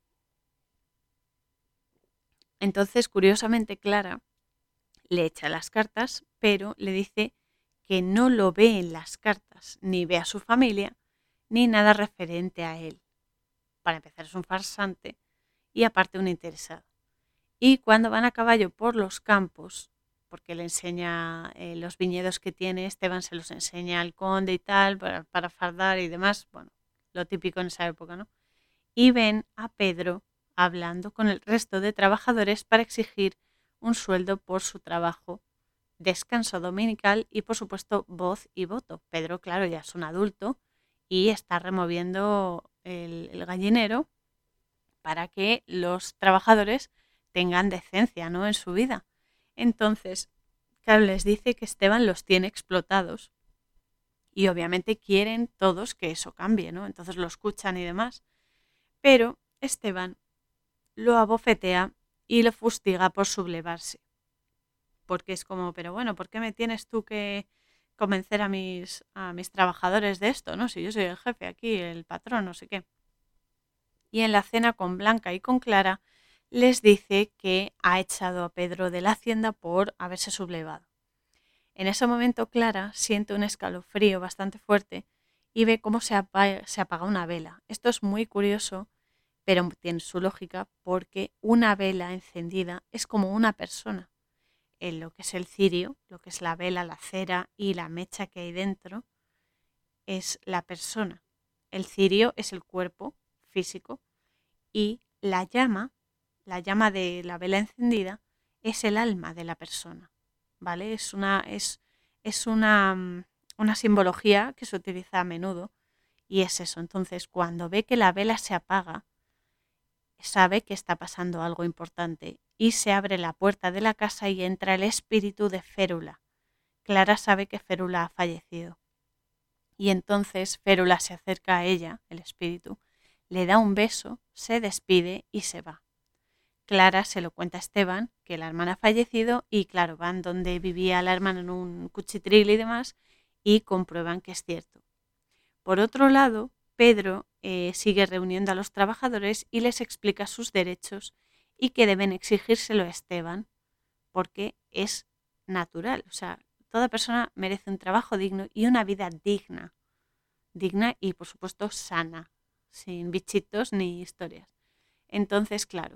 Entonces, curiosamente, Clara le echa las cartas, pero le dice que no lo ve en las cartas, ni ve a su familia, ni nada referente a él. Para empezar, es un farsante y aparte un interesado. Y cuando van a caballo por los campos, porque le enseña eh, los viñedos que tiene, Esteban se los enseña al conde y tal, para, para fardar y demás, bueno, lo típico en esa época, ¿no? Y ven a Pedro hablando con el resto de trabajadores para exigir un sueldo por su trabajo, descanso dominical y, por supuesto, voz y voto. Pedro, claro, ya es un adulto y está removiendo el, el gallinero para que los trabajadores tengan decencia, ¿no?, en su vida. Entonces, claro, les dice que Esteban los tiene explotados y obviamente quieren todos que eso cambie, ¿no? Entonces lo escuchan y demás. Pero Esteban lo abofetea y lo fustiga por sublevarse. Porque es como, pero bueno, ¿por qué me tienes tú que convencer a mis, a mis trabajadores de esto, ¿no? Si yo soy el jefe aquí, el patrón, no sé qué. Y en la cena con Blanca y con Clara les dice que ha echado a Pedro de la hacienda por haberse sublevado. En ese momento Clara siente un escalofrío bastante fuerte y ve cómo se apaga, se apaga una vela. Esto es muy curioso, pero tiene su lógica porque una vela encendida es como una persona. En lo que es el cirio, lo que es la vela, la cera y la mecha que hay dentro, es la persona. El cirio es el cuerpo físico y la llama, la llama de la vela encendida, es el alma de la persona, ¿vale? Es una, es, es una, una simbología que se utiliza a menudo Y es eso, entonces cuando ve que la vela se apaga, sabe que está pasando algo importante y se abre la puerta de la casa y entra el espíritu de Férula. Clara sabe que Férula ha fallecido. Y entonces Férula se acerca a ella, el espíritu, le da un beso, se despide y se va. Clara se lo cuenta a Esteban, que la hermana ha fallecido, y claro, van donde vivía la hermana en un cuchitril y demás, y comprueban que es cierto. Por otro lado, Pedro eh, sigue reuniendo a los trabajadores y les explica sus derechos y que deben exigírselo a Esteban, porque es natural. O sea, toda persona merece un trabajo digno y una vida digna. Digna y, por supuesto, sana, sin bichitos ni historias. Entonces, claro,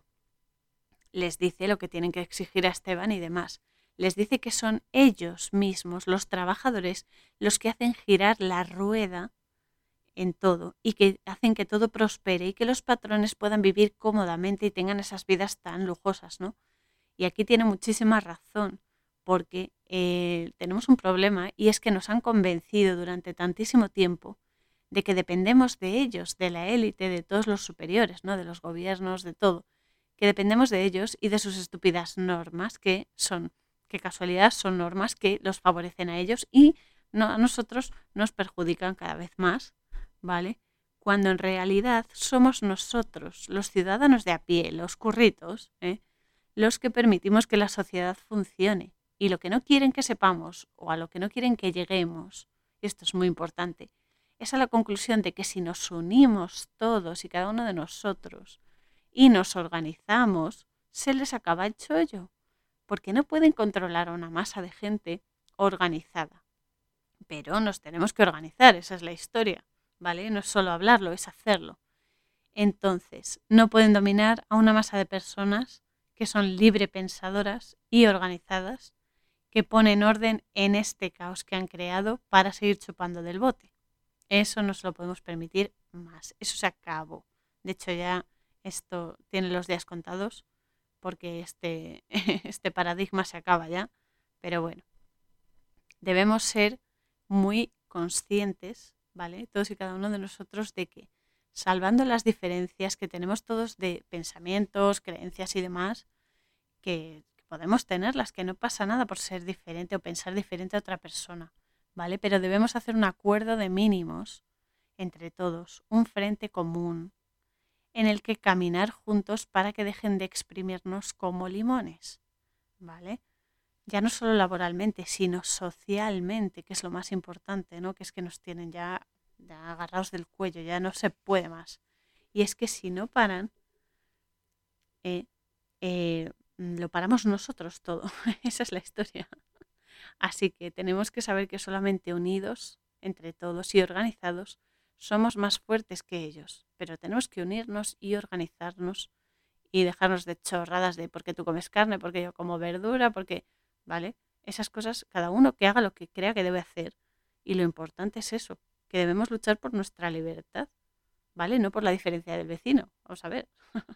les dice lo que tienen que exigir a Esteban y demás. Les dice que son ellos mismos, los trabajadores, los que hacen girar la rueda en todo y que hacen que todo prospere y que los patrones puedan vivir cómodamente y tengan esas vidas tan lujosas, ¿no? Y aquí tiene muchísima razón, porque eh, tenemos un problema y es que nos han convencido durante tantísimo tiempo de que dependemos de ellos, de la élite, de todos los superiores, ¿no? De los gobiernos, de todo, que dependemos de ellos y de sus estúpidas normas, que son, qué casualidad, son normas que los favorecen a ellos y no, a nosotros nos perjudican cada vez más, ¿vale? Cuando en realidad somos nosotros, los ciudadanos de a pie, los curritos, ¿eh? los que permitimos que la sociedad funcione. Y lo que no quieren que sepamos o a lo que no quieren que lleguemos, y esto es muy importante, es a la conclusión de que si nos unimos todos y cada uno de nosotros y nos organizamos, se les acaba el chollo, porque no pueden controlar a una masa de gente organizada. Pero nos tenemos que organizar, esa es la historia, ¿vale? No es solo hablarlo, es hacerlo. Entonces, no pueden dominar a una masa de personas que son librepensadoras y organizadas, que ponen orden en este caos que han creado para seguir chupando del bote. Eso no se lo podemos permitir más. Eso se acabó. De hecho, ya esto tiene los días contados porque este, este paradigma se acaba ya. Pero bueno, debemos ser muy conscientes, ¿vale? Todos y cada uno de nosotros de que, salvando las diferencias que tenemos todos de pensamientos, creencias y demás, que, que podemos tenerlas, que no pasa nada por ser diferente o pensar diferente a otra persona, ¿vale? Pero debemos hacer un acuerdo de mínimos entre todos, un frente común en el que caminar juntos para que dejen de exprimirnos como limones, ¿vale? Ya no solo laboralmente, sino socialmente, que es lo más importante, ¿no? Que es que nos tienen ya, ya agarrados del cuello, ya no se puede más. Y es que si no paran, eh, eh, lo paramos nosotros todo. Esa es la historia. Así que tenemos que saber que solamente unidos, entre todos y organizados, somos más fuertes que ellos. Pero tenemos que unirnos y organizarnos y dejarnos de chorradas de porque tú comes carne, porque yo como verdura, porque, ¿vale? Esas cosas, cada uno que haga lo que crea que debe hacer. Y lo importante es eso, que debemos luchar por nuestra libertad, ¿vale? No por la diferencia del vecino, vamos a ver.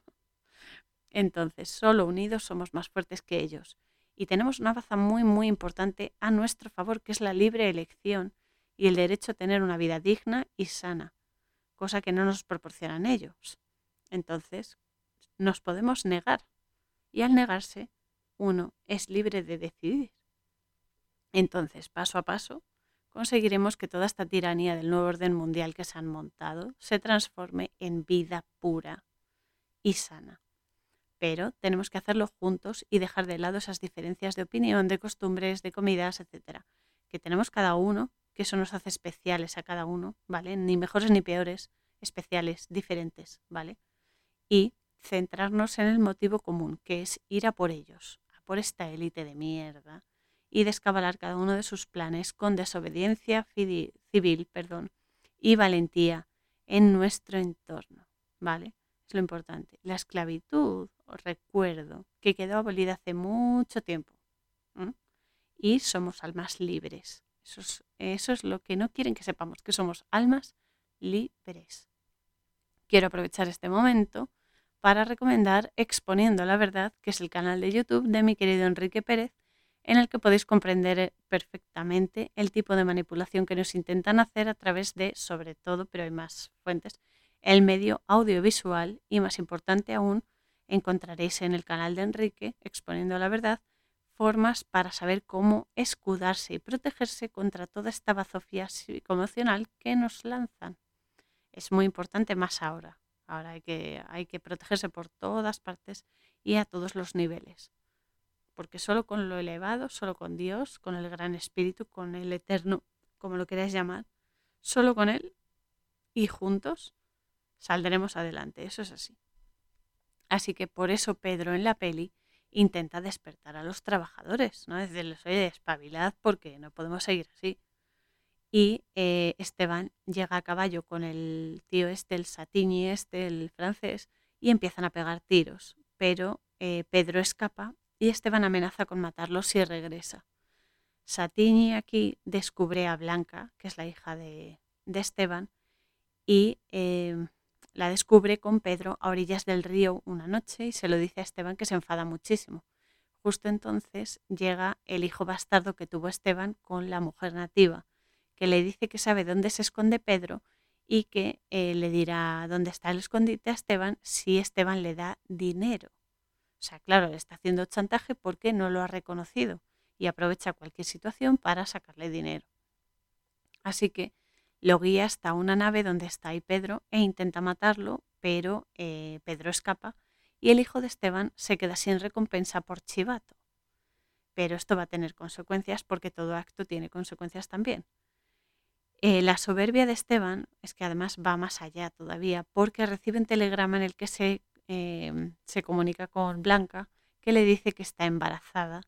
Entonces, solo unidos somos más fuertes que ellos. Y tenemos una baza muy, muy importante a nuestro favor, que es la libre elección y el derecho a tener una vida digna y sana, cosa que no nos proporcionan ellos. Entonces, nos podemos negar. Y al negarse, uno es libre de decidir. Entonces, paso a paso, conseguiremos que toda esta tiranía del nuevo orden mundial que se han montado se transforme en vida pura y sana. Pero tenemos que hacerlo juntos y dejar de lado esas diferencias de opinión, de costumbres, de comidas, etcétera, que tenemos cada uno, que eso nos hace especiales a cada uno, ¿vale? Ni mejores ni peores, especiales, diferentes, ¿vale? Y centrarnos en el motivo común, que es ir a por ellos, a por esta élite de mierda, y descabalar cada uno de sus planes con desobediencia fidi- civil, perdón, y valentía en nuestro entorno, ¿vale? Es lo importante. La esclavitud, os recuerdo, que quedó abolida hace mucho tiempo. ¿Mm? Y somos almas libres. Eso es, eso es lo que no quieren que sepamos, que somos almas libres. Quiero aprovechar este momento para recomendar Exponiendo la Verdad, que es el canal de YouTube de mi querido Enrique Pérez, en el que podéis comprender eh, perfectamente el tipo de manipulación que nos intentan hacer a través de, sobre todo, pero hay más fuentes, el medio audiovisual y, más importante aún, encontraréis en el canal de Enrique, Exponiendo la Verdad, formas para saber cómo escudarse y protegerse contra toda esta bazofia psicoemocional que nos lanzan. Es muy importante más ahora. Ahora hay que, hay que protegerse por todas partes y a todos los niveles. Porque solo con lo elevado, solo con Dios, con el gran espíritu, con el eterno, como lo queráis llamar, solo con Él y juntos saldremos adelante. Eso es así. Así que por eso Pedro en la peli intenta despertar a los trabajadores, ¿no? Decirles, oye, espabilad porque no podemos seguir así. Y eh, Esteban llega a caballo con el tío este, el Satini este, el francés, y empiezan a pegar tiros. Pero eh, Pedro escapa y Esteban amenaza con matarlo si regresa. Satini aquí descubre a Blanca, que es la hija de, de Esteban, y eh, la descubre con Pedro a orillas del río una noche y se lo dice a Esteban, que se enfada muchísimo. Justo entonces llega el hijo bastardo que tuvo Esteban con la mujer nativa, que le dice que sabe dónde se esconde Pedro y que eh, le dirá dónde está el escondite a Esteban si Esteban le da dinero. O sea, claro, le está haciendo chantaje porque no lo ha reconocido y aprovecha cualquier situación para sacarle dinero. Así que lo guía hasta una nave donde está ahí Pedro e intenta matarlo, pero eh, Pedro escapa y el hijo de Esteban se queda sin recompensa por chivato. Pero esto va a tener consecuencias porque todo acto tiene consecuencias también. Eh, la soberbia de Esteban es que además va más allá todavía porque recibe un telegrama en el que se, eh, se comunica con Blanca, que le dice que está embarazada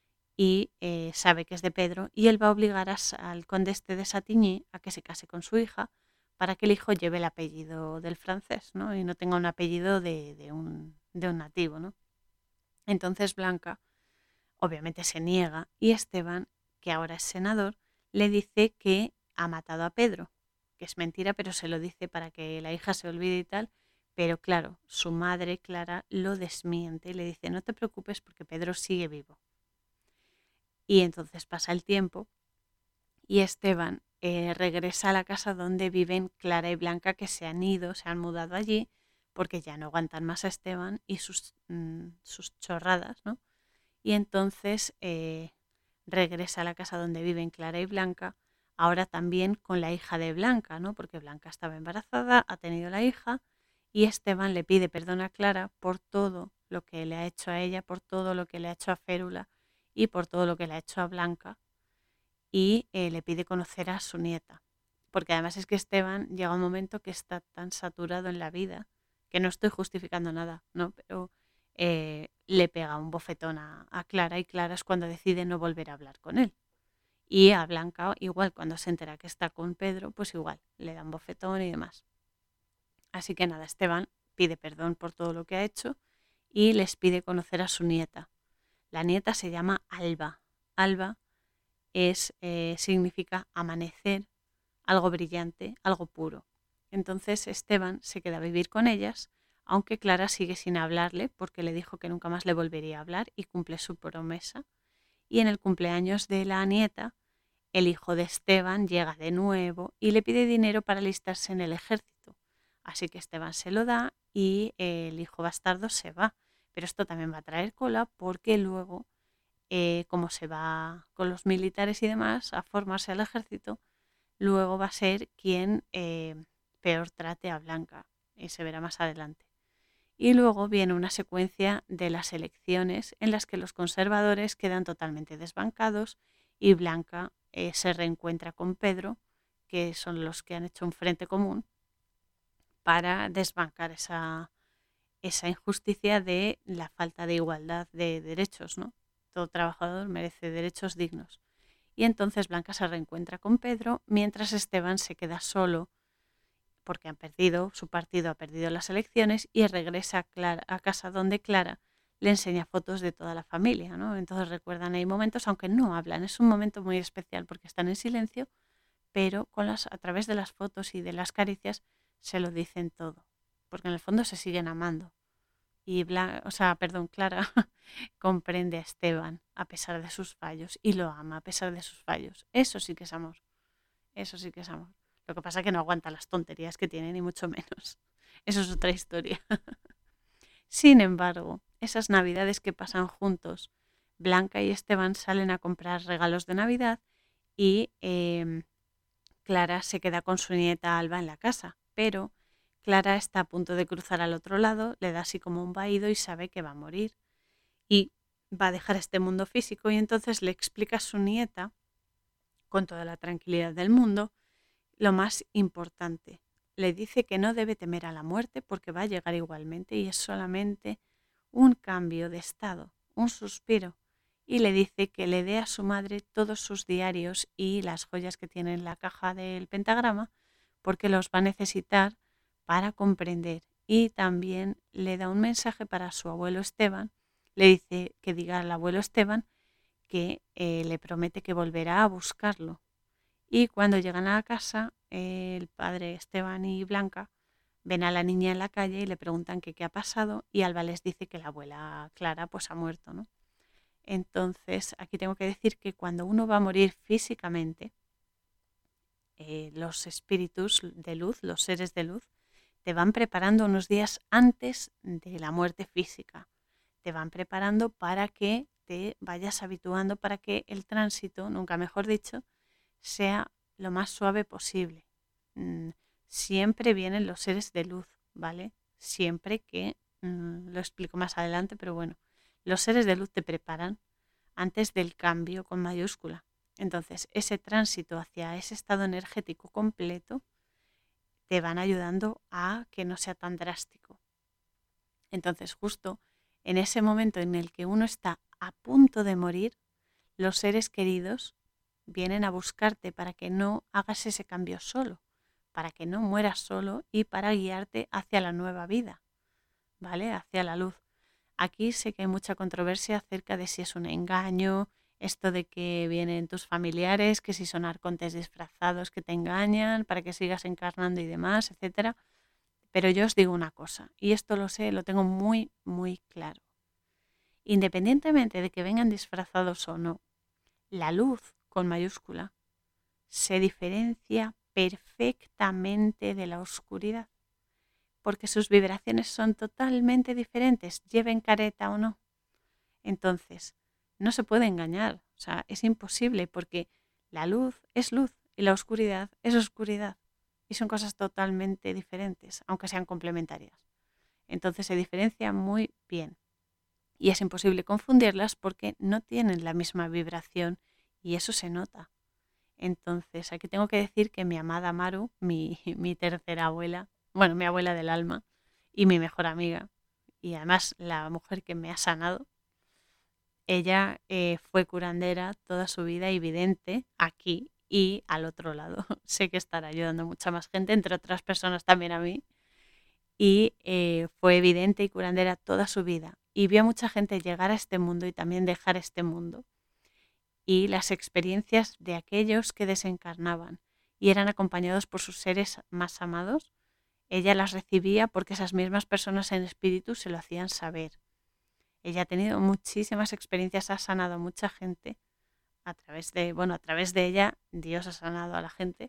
y eh, sabe que es de Pedro y él va a obligar a, al conde este de Satigny a que se case con su hija para que el hijo lleve el apellido del francés, ¿no? Y no tenga un apellido de, de, un, de un nativo, ¿no? Entonces Blanca obviamente se niega y Esteban, que ahora es senador, le dice que ha matado a Pedro, que es mentira, pero se lo dice para que la hija se olvide y tal. Pero claro, su madre, Clara, lo desmiente y le dice, no te preocupes porque Pedro sigue vivo. Y entonces pasa el tiempo y Esteban eh, regresa a la casa donde viven Clara y Blanca, que se han ido, se han mudado allí, porque ya no aguantan más a Esteban y sus, mm, sus chorradas, ¿no? Y entonces eh, regresa a la casa donde viven Clara y Blanca, ahora también con la hija de Blanca, ¿no? Porque Blanca estaba embarazada, ha tenido la hija, y Esteban le pide perdón a Clara por todo lo que le ha hecho a ella, por todo lo que le ha hecho a Férula y por todo lo que le ha hecho a Blanca, y eh, le pide conocer a su nieta. Porque además es que Esteban llega un momento que está tan saturado en la vida, que no estoy justificando nada, ¿no? Pero eh, le pega un bofetón a, a Clara y Clara es cuando decide no volver a hablar con él. Y a Blanca igual, cuando se entera que está con Pedro, pues igual, le da un bofetón y demás. Así que nada, Esteban pide perdón por todo lo que ha hecho y les pide conocer a su nieta. La nieta se llama Alba. Alba es, eh, significa amanecer, algo brillante, algo puro. Entonces Esteban se queda a vivir con ellas, aunque Clara sigue sin hablarle porque le dijo que nunca más le volvería a hablar y cumple su promesa. Y en el cumpleaños de la nieta, el hijo de Esteban llega de nuevo y le pide dinero para alistarse en el ejército. Así que Esteban se lo da y el hijo bastardo se va. Pero esto también va a traer cola porque luego, eh, como se va con los militares y demás a formarse al ejército, luego va a ser quien eh, peor trate a Blanca, y se verá más adelante. Y luego viene una secuencia de las elecciones en las que los conservadores quedan totalmente desbancados y Blanca eh, se reencuentra con Pedro, que son los que han hecho un frente común para desbancar esa, esa injusticia de la falta de igualdad de derechos, ¿no? Todo trabajador merece derechos dignos. Y entonces Blanca se reencuentra con Pedro, mientras Esteban se queda solo porque han perdido, su partido ha perdido las elecciones y regresa a, Clara, a casa donde Clara le enseña fotos de toda la familia, ¿no? Entonces recuerdan ahí momentos, aunque no hablan, es un momento muy especial porque están en silencio, pero con las, a través de las fotos y de las caricias se lo dicen todo, porque en el fondo se siguen amando, y Bla- o sea, perdón, Clara comprende a Esteban a pesar de sus fallos y lo ama a pesar de sus fallos. Eso sí que es amor, eso sí que es amor. Lo que pasa es que no aguanta las tonterías que tiene, ni mucho menos. Eso es otra historia. Sin embargo, esas navidades que pasan juntos, Blanca y Esteban salen a comprar regalos de Navidad y em, Clara se queda con su nieta Alba en la casa, pero Clara está a punto de cruzar al otro lado, le da así como un vaído y sabe que va a morir y va a dejar este mundo físico y entonces le explica a su nieta, con toda la tranquilidad del mundo, lo más importante. Le dice que no debe temer a la muerte porque va a llegar igualmente y es solamente un cambio de estado, un suspiro. Y le dice que le dé a su madre todos sus diarios y las joyas que tiene en la caja del pentagrama porque los va a necesitar para comprender. Y también le da un mensaje para su abuelo Esteban. Le dice que diga al abuelo Esteban que eh, le promete que volverá a buscarlo. Y cuando llegan a la casa, eh, el padre Esteban y Blanca ven a la niña en la calle y le preguntan que qué ha pasado y Alba les dice que la abuela Clara pues ha muerto, ¿no? Entonces, aquí tengo que decir que cuando uno va a morir físicamente, eh, los espíritus de luz, los seres de luz, te van preparando unos días antes de la muerte física. Te van preparando para que te vayas habituando, para que el tránsito, nunca mejor dicho, sea lo más suave posible. Mm, Siempre vienen los seres de luz, ¿vale? Siempre que, mm, lo explico más adelante, pero bueno, los seres de luz te preparan antes del cambio con mayúscula. Entonces, ese tránsito hacia ese estado energético completo te van ayudando a que no sea tan drástico. Entonces, justo en ese momento en el que uno está a punto de morir, los seres queridos vienen a buscarte para que no hagas ese cambio solo, para que no mueras solo y para guiarte hacia la nueva vida, ¿vale? Hacia la luz. Aquí sé que hay mucha controversia acerca de si es un engaño, esto de que vienen tus familiares, que si son arcontes disfrazados que te engañan para que sigas encarnando y demás, etcétera. Pero yo os digo una cosa, y esto lo sé, lo tengo muy, muy claro. Independientemente de que vengan disfrazados o no, la luz con mayúscula se diferencia perfectamente de la oscuridad, porque sus vibraciones son totalmente diferentes, lleven careta o no. Entonces, no se puede engañar, o sea, es imposible porque la luz es luz y la oscuridad es oscuridad y son cosas totalmente diferentes, aunque sean complementarias. Entonces se diferencia muy bien y es imposible confundirlas porque no tienen la misma vibración y eso se nota. Entonces, aquí tengo que decir que mi amada Maru, mi, mi tercera abuela, bueno, mi abuela del alma y mi mejor amiga, y además la mujer que me ha sanado, ella eh, fue curandera toda su vida y vidente aquí y al otro lado. Sé que estará ayudando a mucha más gente, entre otras personas también a mí, y eh, fue vidente y curandera toda su vida y vio a mucha gente llegar a este mundo y también dejar este mundo y las experiencias de aquellos que desencarnaban y eran acompañados por sus seres más amados, ella las recibía porque esas mismas personas en espíritu se lo hacían saber. Ella ha tenido muchísimas experiencias, ha sanado a mucha gente a través de, bueno, a través de ella Dios ha sanado a la gente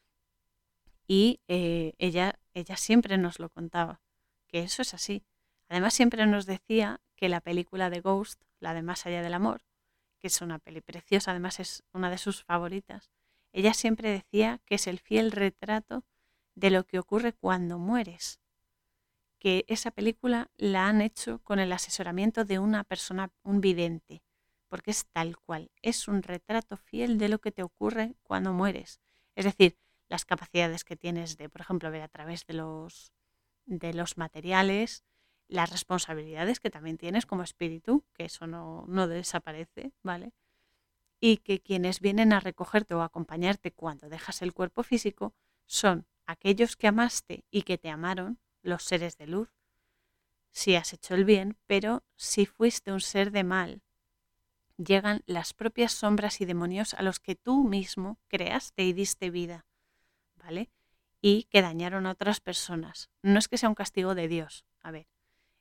y eh, ella, ella siempre nos lo contaba, que eso es así. Además siempre nos decía que la película de Ghost, la de Más allá del amor, que es una peli preciosa, además es una de sus favoritas, ella siempre decía que es el fiel retrato de lo que ocurre cuando mueres, que esa película la han hecho con el asesoramiento de una persona, un vidente, porque es tal cual, es un retrato fiel de lo que te ocurre cuando mueres. Es decir, las capacidades que tienes de, por ejemplo, ver a través de los, de los materiales, las responsabilidades que también tienes como espíritu, que eso no, no desaparece, ¿vale? Y que quienes vienen a recogerte o a acompañarte cuando dejas el cuerpo físico son aquellos que amaste y que te amaron, los seres de luz, si has hecho el bien, pero si fuiste un ser de mal, llegan las propias sombras y demonios a los que tú mismo creaste y diste vida, ¿vale? Y que dañaron a otras personas. No es que sea un castigo de Dios, a ver,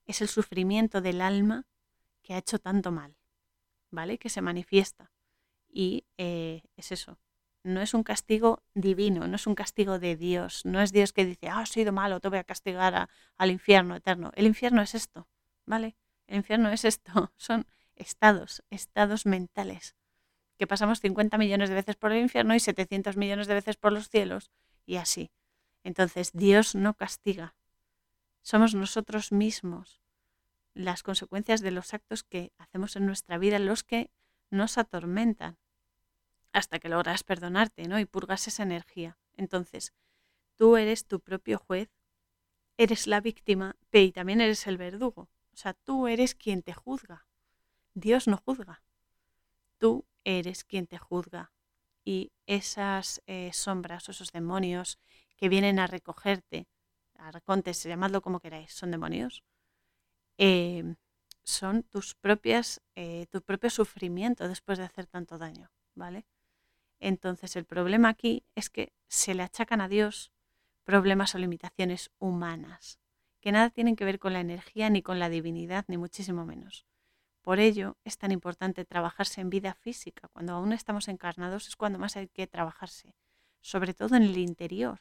es el sufrimiento del alma que ha hecho tanto mal, ¿vale? Que se manifiesta. Y eh, es eso. No es un castigo divino, no es un castigo de Dios. No es Dios que dice, ah, has sido malo, te voy a castigar a- al infierno eterno. El infierno es esto, ¿vale? El infierno es esto. Son estados, estados mentales. Que pasamos cincuenta millones de veces por el infierno y setecientos millones de veces por los cielos. Y así. Entonces, Dios no castiga. Somos nosotros mismos las consecuencias de los actos que hacemos en nuestra vida los que nos atormentan hasta que logras perdonarte, ¿no? Y purgas esa energía. Entonces, tú eres tu propio juez, eres la víctima, pero y también eres el verdugo. O sea, tú eres quien te juzga. Dios no juzga. Tú eres quien te juzga. Y esas eh, sombras o esos demonios que vienen a recogerte, arcontes, llamadlo como queráis, son demonios, eh, son tus propias, eh, tu propio sufrimiento después de hacer tanto daño, ¿vale? Entonces el problema aquí es que se le achacan a Dios problemas o limitaciones humanas, que nada tienen que ver con la energía ni con la divinidad, ni muchísimo menos. Por ello es tan importante trabajarse en vida física. Cuando aún estamos encarnados es cuando más hay que trabajarse, sobre todo en el interior,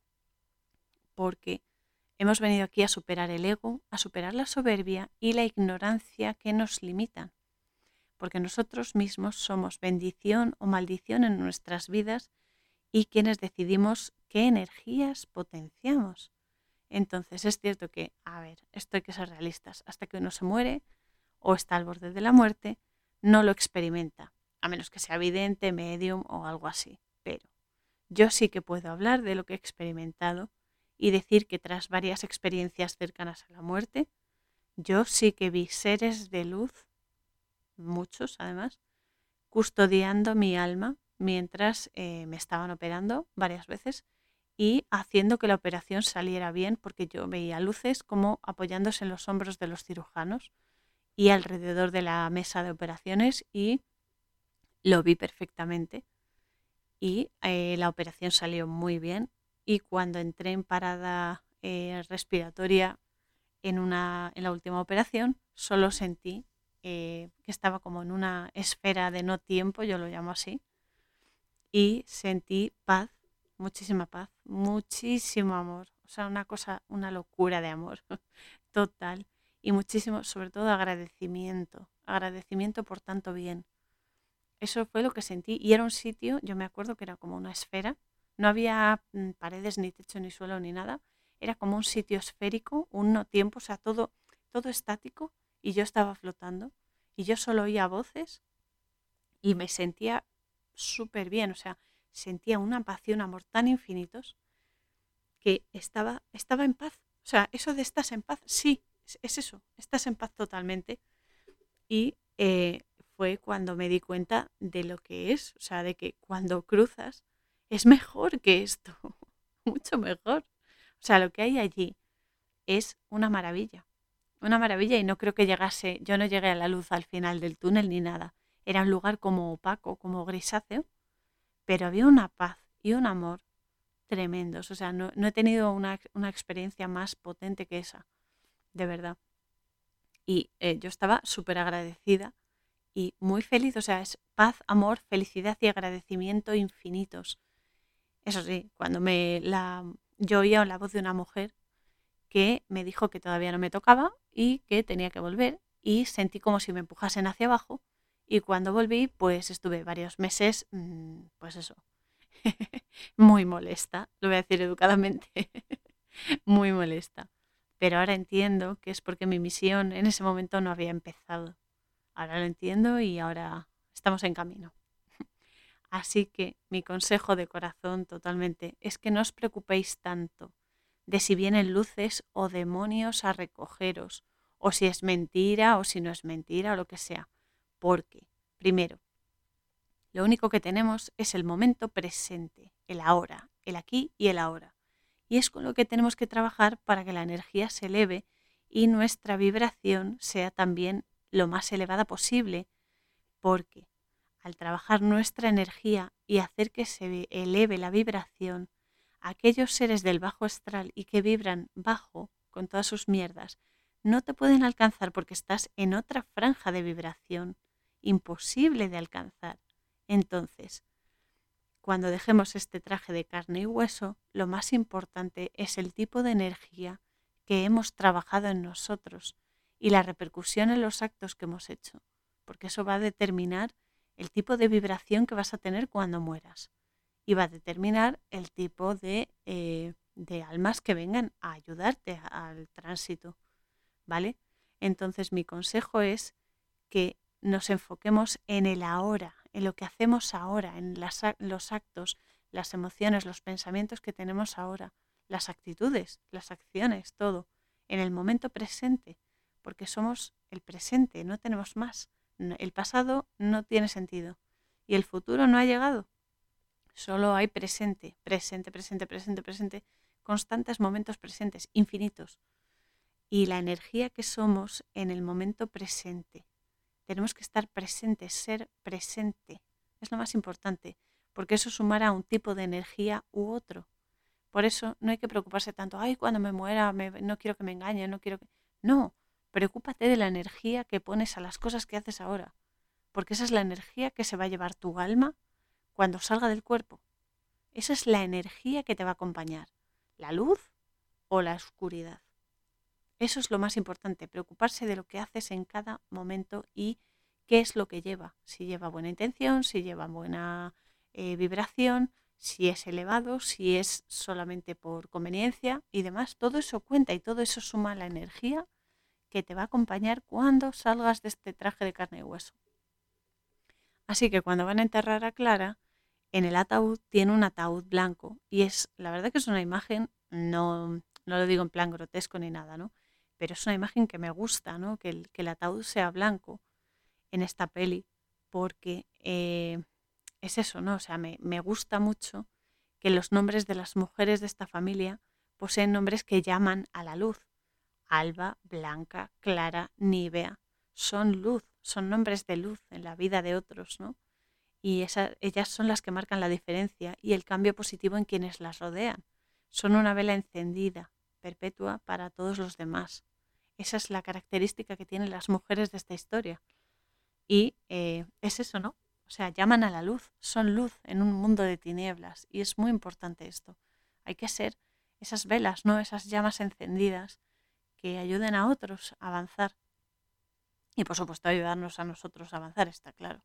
porque hemos venido aquí a superar el ego, a superar la soberbia y la ignorancia que nos limitan, porque nosotros mismos somos bendición o maldición en nuestras vidas y quienes decidimos qué energías potenciamos. Entonces es cierto que, a ver, esto hay que ser realistas, hasta que uno se muere o está al borde de la muerte, no lo experimenta, a menos que sea vidente, medium o algo así. Pero yo sí que puedo hablar de lo que he experimentado y decir que tras varias experiencias cercanas a la muerte, yo sí que vi seres de luz, muchos además, custodiando mi alma mientras eh, me estaban operando varias veces y haciendo que la operación saliera bien, porque yo veía luces como apoyándose en los hombros de los cirujanos y alrededor de la mesa de operaciones, y lo vi perfectamente y eh, la operación salió muy bien. Y cuando entré en parada eh, respiratoria en, una, en la última operación, solo sentí eh, que estaba como en una esfera de no tiempo, yo lo llamo así, y sentí paz, muchísima paz, muchísimo amor, o sea, una cosa, una locura de amor total, y muchísimo, sobre todo agradecimiento, agradecimiento por tanto bien. Eso fue lo que sentí y era un sitio, yo me acuerdo que era como una esfera, no había mm, paredes ni techo ni suelo ni nada, era como un sitio esférico, un no tiempo, o sea, todo, todo estático, y yo estaba flotando y yo solo oía voces y me sentía súper bien, o sea, sentía una paz y un amor tan infinitos que estaba, estaba en paz. O sea, eso de estás en paz, sí, es, es eso, estás en paz totalmente. Y eh, fue cuando me di cuenta de lo que es, o sea, de que cuando cruzas es mejor que esto, mucho mejor. O sea, lo que hay allí es una maravilla, una maravilla, y no creo que llegase, yo no llegué a la luz al final del túnel ni nada. Era un lugar como opaco, como grisáceo, pero había una paz y un amor tremendos. O sea, no, no he tenido una, una experiencia más potente que esa, de verdad. Y eh, yo estaba súper agradecida y muy feliz. O sea, es paz, amor, felicidad y agradecimiento infinitos. Eso sí, cuando me la, yo oía la voz de una mujer que me dijo que todavía no me tocaba y que tenía que volver, y sentí como si me empujasen hacia abajo, y cuando volví pues estuve varios meses, mmm, pues eso, muy molesta, lo voy a decir educadamente, muy molesta. Pero ahora entiendo que es porque mi misión en ese momento no había empezado. Ahora lo entiendo y ahora estamos en camino. Así que mi consejo de corazón totalmente es que no os preocupéis tanto de si vienen luces o demonios a recogeros, o si es mentira o si no es mentira o lo que sea. Porque, primero, lo único que tenemos es el momento presente, el ahora, el aquí y el ahora. Y es con lo que tenemos que trabajar para que la energía se eleve y nuestra vibración sea también lo más elevada posible, porque al trabajar nuestra energía y hacer que se eleve la vibración, aquellos seres del bajo astral y que vibran bajo con todas sus mierdas no te pueden alcanzar porque estás en otra franja de vibración, imposible de alcanzar. Entonces, cuando dejemos este traje de carne y hueso, lo más importante es el tipo de energía que hemos trabajado en nosotros y la repercusión en los actos que hemos hecho, porque eso va a determinar el tipo de vibración que vas a tener cuando mueras y va a determinar el tipo de, eh, de almas que vengan a ayudarte al tránsito, ¿vale? Entonces mi consejo es que nos enfoquemos en el ahora, en lo que hacemos ahora, en las, los actos, las emociones, los pensamientos que tenemos ahora, las actitudes, las acciones, todo, en el momento presente, porque somos el presente, no tenemos más. El pasado no tiene sentido y el futuro no ha llegado. Solo hay presente, presente, presente, presente, presente, constantes momentos presentes, infinitos. Y la energía que somos en el momento presente. Tenemos que estar presentes, ser presente. Es lo más importante, porque eso sumará un tipo de energía u otro. Por eso no hay que preocuparse tanto, ay, cuando me muera me, no quiero que me engañen, no quiero que... No, preocúpate de la energía que pones a las cosas que haces ahora, porque esa es la energía que se va a llevar tu alma cuando salga del cuerpo. Esa es la energía que te va a acompañar, la luz o la oscuridad. Eso es lo más importante, preocuparse de lo que haces en cada momento y qué es lo que lleva. Si lleva buena intención, si lleva buena eh, vibración, si es elevado, si es solamente por conveniencia y demás. Todo eso cuenta y todo eso suma la energía que te va a acompañar cuando salgas de este traje de carne y hueso. Así que cuando van a enterrar a Clara, en el ataúd tiene un ataúd blanco y es, la verdad que es una imagen, no, no lo digo en plan grotesco ni nada, ¿no? Pero es una imagen que me gusta, ¿no? Que el, que el ataúd sea blanco en esta peli, porque eh, es eso, ¿no? O sea, me, me gusta mucho que los nombres de las mujeres de esta familia poseen nombres que llaman a la luz. Alba, Blanca, Clara, Nivea, son luz, son nombres de luz en la vida de otros, ¿no? Y esa, ellas son las que marcan la diferencia y el cambio positivo en quienes las rodean. Son una vela encendida, perpetua para todos los demás. Esa es la característica que tienen las mujeres de esta historia. Y eh, es eso, ¿no? O sea, llaman a la luz, son luz en un mundo de tinieblas. Y es muy importante esto. Hay que ser esas velas, ¿no? Esas llamas encendidas que ayuden a otros a avanzar. Y por supuesto ayudarnos a nosotros a avanzar, está claro.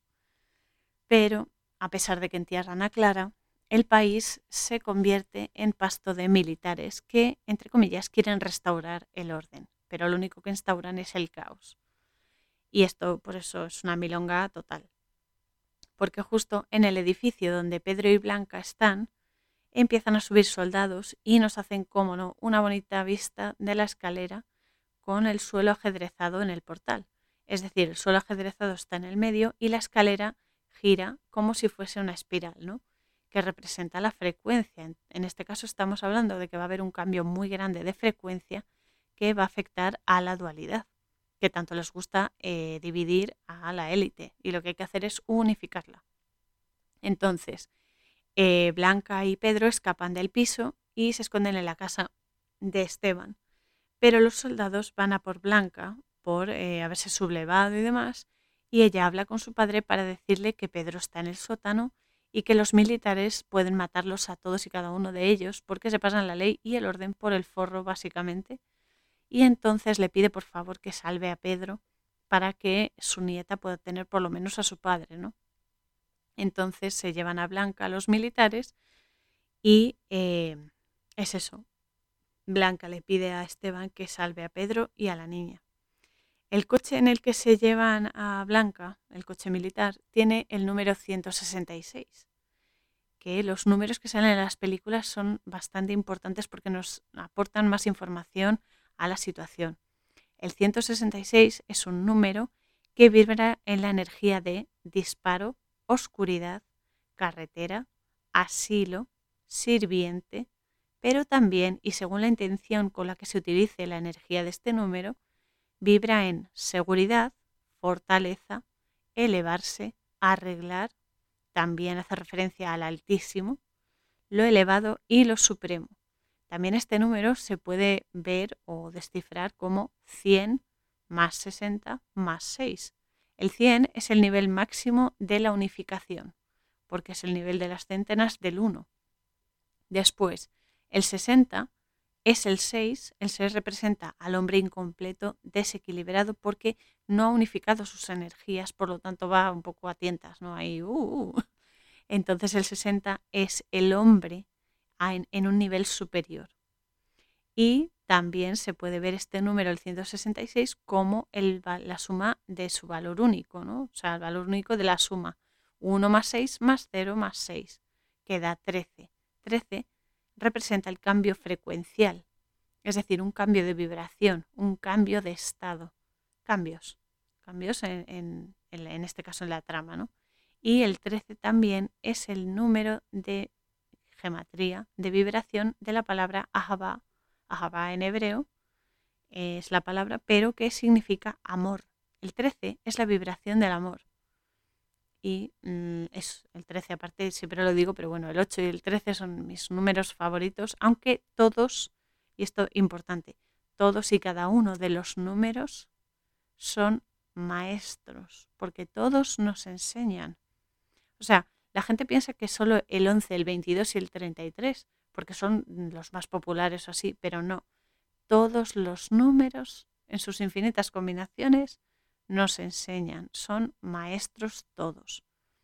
Pero, a pesar de que entierran a Clara, el país se convierte en pasto de militares que, entre comillas, quieren restaurar el orden, pero lo único que instauran es el caos. Y esto, por eso, es una milonga total. Porque justo en el edificio donde Pedro y Blanca están, empiezan a subir soldados y nos hacen, cómo no, una bonita vista de la escalera con el suelo ajedrezado en el portal. Es decir, el suelo ajedrezado está en el medio y la escalera gira como si fuese una espiral, ¿no? Que representa la frecuencia. En este caso estamos hablando de que va a haber un cambio muy grande de frecuencia que va a afectar a la dualidad, que tanto les gusta eh, dividir a la élite, y lo que hay que hacer es unificarla. Entonces, eh, Blanca y Pedro escapan del piso y se esconden en la casa de Esteban, pero los soldados van a por Blanca por eh, haberse sublevado y demás, y ella habla con su padre para decirle que Pedro está en el sótano y que los militares pueden matarlos a todos y cada uno de ellos porque se pasan la ley y el orden por el forro, básicamente. Y entonces le pide por favor que salve a Pedro para que su nieta pueda tener por lo menos a su padre, ¿no? Entonces se llevan a Blanca a los militares y eh, es eso. Blanca le pide a Esteban que salve a Pedro y a la niña. El coche en el que se llevan a Blanca, el coche militar, tiene el número ciento sesenta y seis, que los números que salen en las películas son bastante importantes porque nos aportan más información a la situación. El ciento sesenta y seis es un número que vibra en la energía de disparo, oscuridad, carretera, asilo, sirviente, pero también, y según la intención con la que se utilice la energía de este número, vibra en seguridad, fortaleza, elevarse, arreglar, también hace referencia al Altísimo, lo elevado y lo supremo. También este número se puede ver o descifrar como cien más sesenta más seis. El cien es el nivel máximo de la unificación, porque es el nivel de las centenas del uno. Después, el sesenta es el seis, el seis representa al hombre incompleto, desequilibrado, porque no ha unificado sus energías, por lo tanto va un poco a tientas, ¿no? Ahí, uh, uh. Entonces el sesenta es el hombre en, en un nivel superior. Y también se puede ver este número, el ciento sesenta y seis, como el, la suma de su valor único, ¿no? O sea, el valor único de la suma. uno más seis más cero más seis, que da trece. trece representa el cambio frecuencial, es decir, un cambio de vibración, un cambio de estado. Cambios, cambios en, en, en este caso en la trama, ¿no? Y el trece también es el número de gematría, de vibración de la palabra Ahavá. Ahavá en hebreo es la palabra, pero que significa amor. El trece es la vibración del amor. Y mmm, es el trece, aparte siempre lo digo, pero bueno, el ocho y el trece son mis números favoritos, aunque todos, y esto importante, todos y cada uno de los números son maestros, porque todos nos enseñan. O sea, la gente piensa que solo el once, el veintidós y el treinta y tres, porque son los más populares o así, pero no. Todos los números, en sus infinitas combinaciones, nos enseñan. Son maestros todos.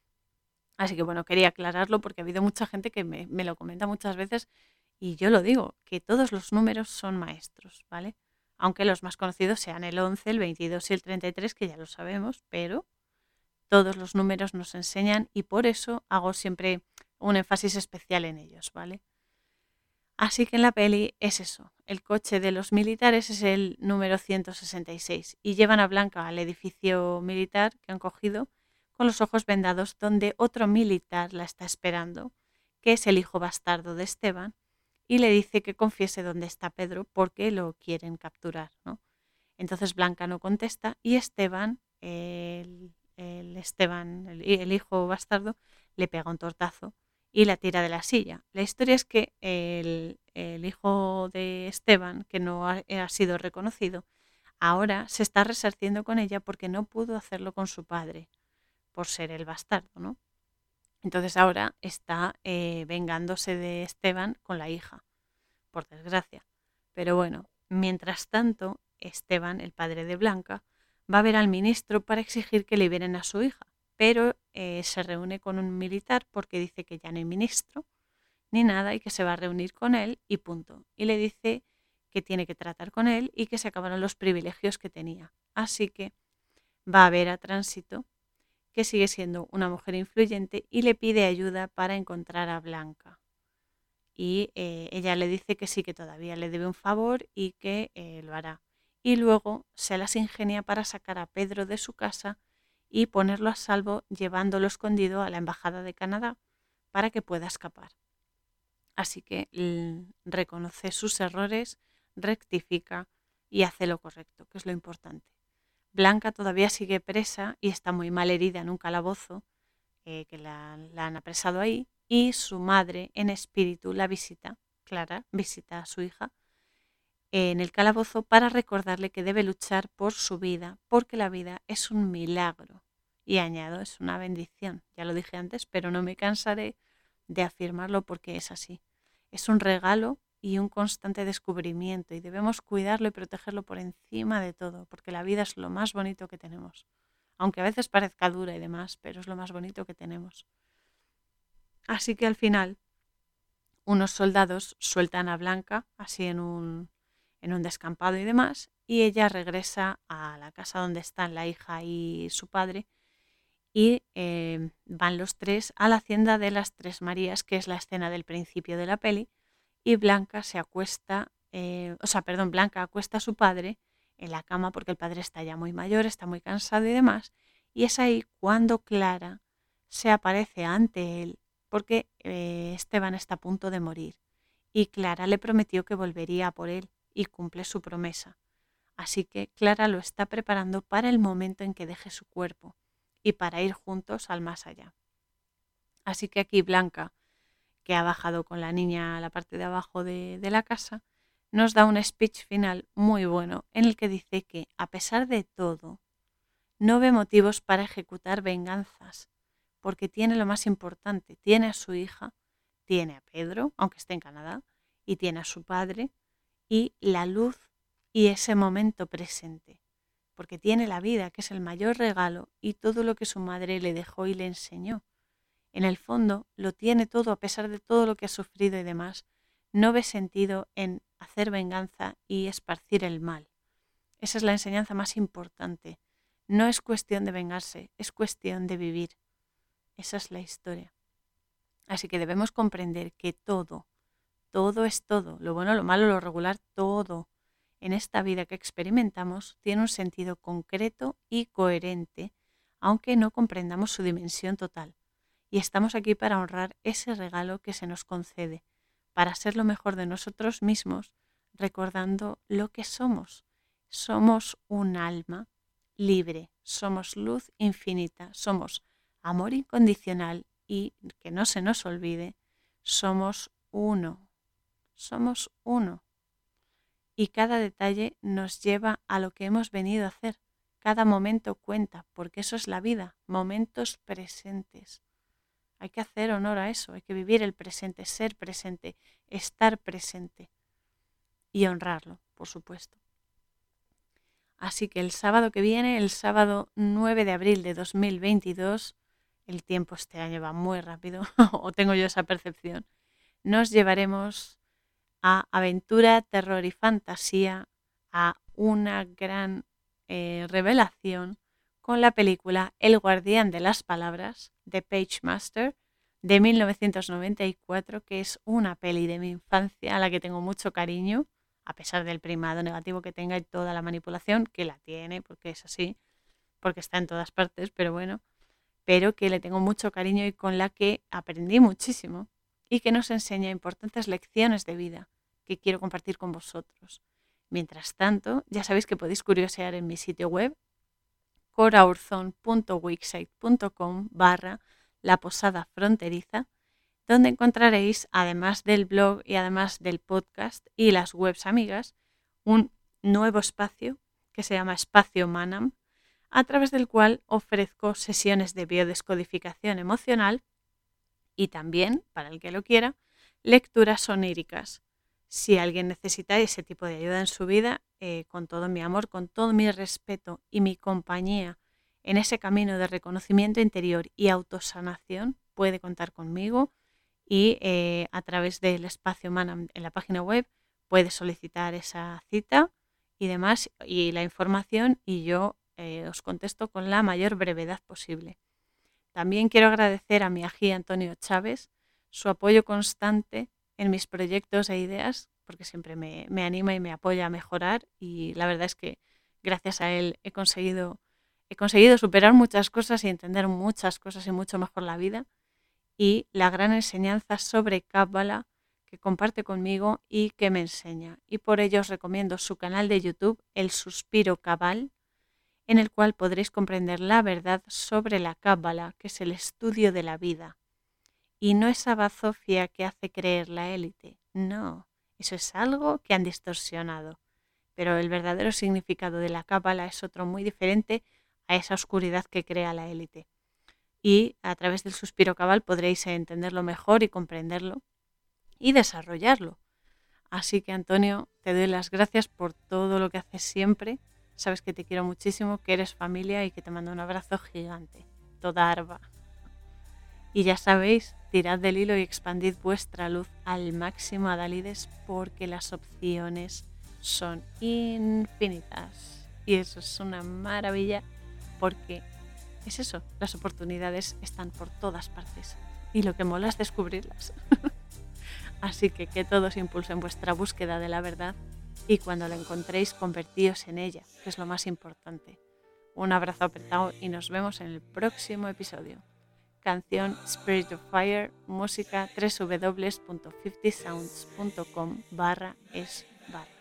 Así que bueno, quería aclararlo porque ha habido mucha gente que me, me lo comenta muchas veces y yo lo digo, que todos los números son maestros, ¿vale? Aunque los más conocidos sean el once, el veintidós y el treinta y tres, que ya lo sabemos, pero todos los números nos enseñan y por eso hago siempre un énfasis especial en ellos, ¿vale? Así que en la peli es eso, el coche de los militares es el número ciento sesenta y seis y llevan a Blanca al edificio militar que han cogido con los ojos vendados, donde otro militar la está esperando, que es el hijo bastardo de Esteban, y le dice que confiese dónde está Pedro porque lo quieren capturar, ¿no? Entonces Blanca no contesta y Esteban, el, el Esteban, el, el hijo bastardo, le pega un tortazo y la tira de la silla. La historia es que el, el hijo de Esteban, que no ha, ha sido reconocido, ahora se está resarciendo con ella porque no pudo hacerlo con su padre, por ser el bastardo, ¿no? Entonces ahora está eh, vengándose de Esteban con la hija, por desgracia. Pero bueno, mientras tanto, Esteban, el padre de Blanca, va a ver al ministro para exigir que liberen a su hija, pero eh, se reúne con un militar porque dice que ya no hay ministro ni nada y que se va a reunir con él y punto. Y le dice que tiene que tratar con él y que se acabaron los privilegios que tenía. Así que va a ver a Tránsito, que sigue siendo una mujer influyente, y le pide ayuda para encontrar a Blanca. Y eh, ella le dice que sí, que todavía le debe un favor y que eh, lo hará. Y luego se las ingenia para sacar a Pedro de su casa y ponerlo a salvo llevándolo escondido a la Embajada de Canadá para que pueda escapar. Así que l- reconoce sus errores, rectifica y hace lo correcto, que es lo importante. Blanca todavía sigue presa y está muy mal herida en un calabozo, eh, que la, la han apresado ahí, y su madre en espíritu la visita, Clara visita a su hija en el calabozo para recordarle que debe luchar por su vida, porque la vida es un milagro. Y añado, es una bendición. Ya lo dije antes, pero no me cansaré de afirmarlo porque es así. Es un regalo y un constante descubrimiento y debemos cuidarlo y protegerlo por encima de todo, porque la vida es lo más bonito que tenemos. Aunque a veces parezca dura y demás, pero es lo más bonito que tenemos. Así que al final, unos soldados sueltan a Blanca, así en un, en un descampado y demás, y ella regresa a la casa donde están la hija y su padre, y eh, van los tres a la hacienda de las Tres Marías, que es la escena del principio de la peli, y Blanca se acuesta, eh, o sea, perdón, Blanca acuesta a su padre en la cama porque el padre está ya muy mayor, está muy cansado y demás, y es ahí cuando Clara se aparece ante él porque eh, Esteban está a punto de morir y Clara le prometió que volvería a por él y cumple su promesa. Así que Clara lo está preparando para el momento en que deje su cuerpo y para ir juntos al más allá. Así que aquí Blanca, que ha bajado con la niña a la parte de abajo de, de la casa, nos da un speech final muy bueno en el que dice que, a pesar de todo, no ve motivos para ejecutar venganzas, porque tiene lo más importante, tiene a su hija, tiene a Pedro, aunque esté en Canadá, y tiene a su padre, y la luz y ese momento presente, porque tiene la vida, que es el mayor regalo, y todo lo que su madre le dejó y le enseñó. En el fondo, lo tiene todo a pesar de todo lo que ha sufrido y demás. No ve sentido en hacer venganza y esparcir el mal. Esa es la enseñanza más importante. No es cuestión de vengarse, es cuestión de vivir. Esa es la historia. Así que debemos comprender que todo, todo es todo, lo bueno, lo malo, lo regular, todo en esta vida que experimentamos tiene un sentido concreto y coherente, aunque no comprendamos su dimensión total. Y estamos aquí para honrar ese regalo que se nos concede, para ser lo mejor de nosotros mismos, recordando lo que somos. Somos un alma libre, somos luz infinita, somos amor incondicional y, que no se nos olvide, somos uno, somos uno. Y cada detalle nos lleva a lo que hemos venido a hacer. Cada momento cuenta, porque eso es la vida, momentos presentes. Hay que hacer honor a eso, hay que vivir el presente, ser presente, estar presente y honrarlo, por supuesto. Así que el sábado que viene, el sábado nueve de abril de dos mil veintidós, el tiempo este año va muy rápido, o tengo yo esa percepción, nos llevaremos a aventura, terror y fantasía, a una gran eh, revelación con la película El guardián de las palabras, de Page Master, de mil novecientos noventa y cuatro, que es una peli de mi infancia a la que tengo mucho cariño, a pesar del primado negativo que tenga y toda la manipulación, que la tiene, porque es así, porque está en todas partes, pero bueno, pero que le tengo mucho cariño y con la que aprendí muchísimo y que nos enseña importantes lecciones de vida que quiero compartir con vosotros. Mientras tanto, ya sabéis que podéis curiosear en mi sitio web coraurzon.wixsite.com barra la posada fronteriza, donde encontraréis, además del blog y además del podcast y las webs amigas, un nuevo espacio que se llama Espacio Manam, a través del cual ofrezco sesiones de biodescodificación emocional y también, para el que lo quiera, lecturas oníricas. Si alguien necesita ese tipo de ayuda en su vida, eh, con todo mi amor, con todo mi respeto y mi compañía en ese camino de reconocimiento interior y autosanación, puede contar conmigo y eh, a través del espacio Manam en la página web puede solicitar esa cita y demás y la información y yo eh, os contesto con la mayor brevedad posible. También quiero agradecer a mi ají Antonio Chávez su apoyo constante en mis proyectos e ideas, porque siempre me, me anima y me apoya a mejorar y la verdad es que gracias a él he conseguido, he conseguido superar muchas cosas y entender muchas cosas y mucho mejor la vida y la gran enseñanza sobre Cábala que comparte conmigo y que me enseña. Y por ello os recomiendo su canal de YouTube, El Suspiro Cabal, en el cual podréis comprender la verdad sobre la Cábala, que es el estudio de la vida. Y no esa bazofia que hace creer la élite, no, eso es algo que han distorsionado. Pero el verdadero significado de la Cábala es otro muy diferente a esa oscuridad que crea la élite. Y a través del Suspiro Cabal podréis entenderlo mejor y comprenderlo y desarrollarlo. Así que Antonio, te doy las gracias por todo lo que haces siempre. Sabes que te quiero muchísimo, que eres familia y que te mando un abrazo gigante. Toda Arba. Y ya sabéis, tirad del hilo y expandid vuestra luz al máximo, Adalides, porque las opciones son infinitas. Y eso es una maravilla porque es eso, las oportunidades están por todas partes. Y lo que mola es descubrirlas. Así que que todos impulsen vuestra búsqueda de la verdad y cuando la encontréis convertíos en ella, que es lo más importante. Un abrazo apretado y nos vemos en el próximo episodio. Canción Spirit of Fire, música doble u doble u doble u punto cincuenta sounds punto com barra es barra.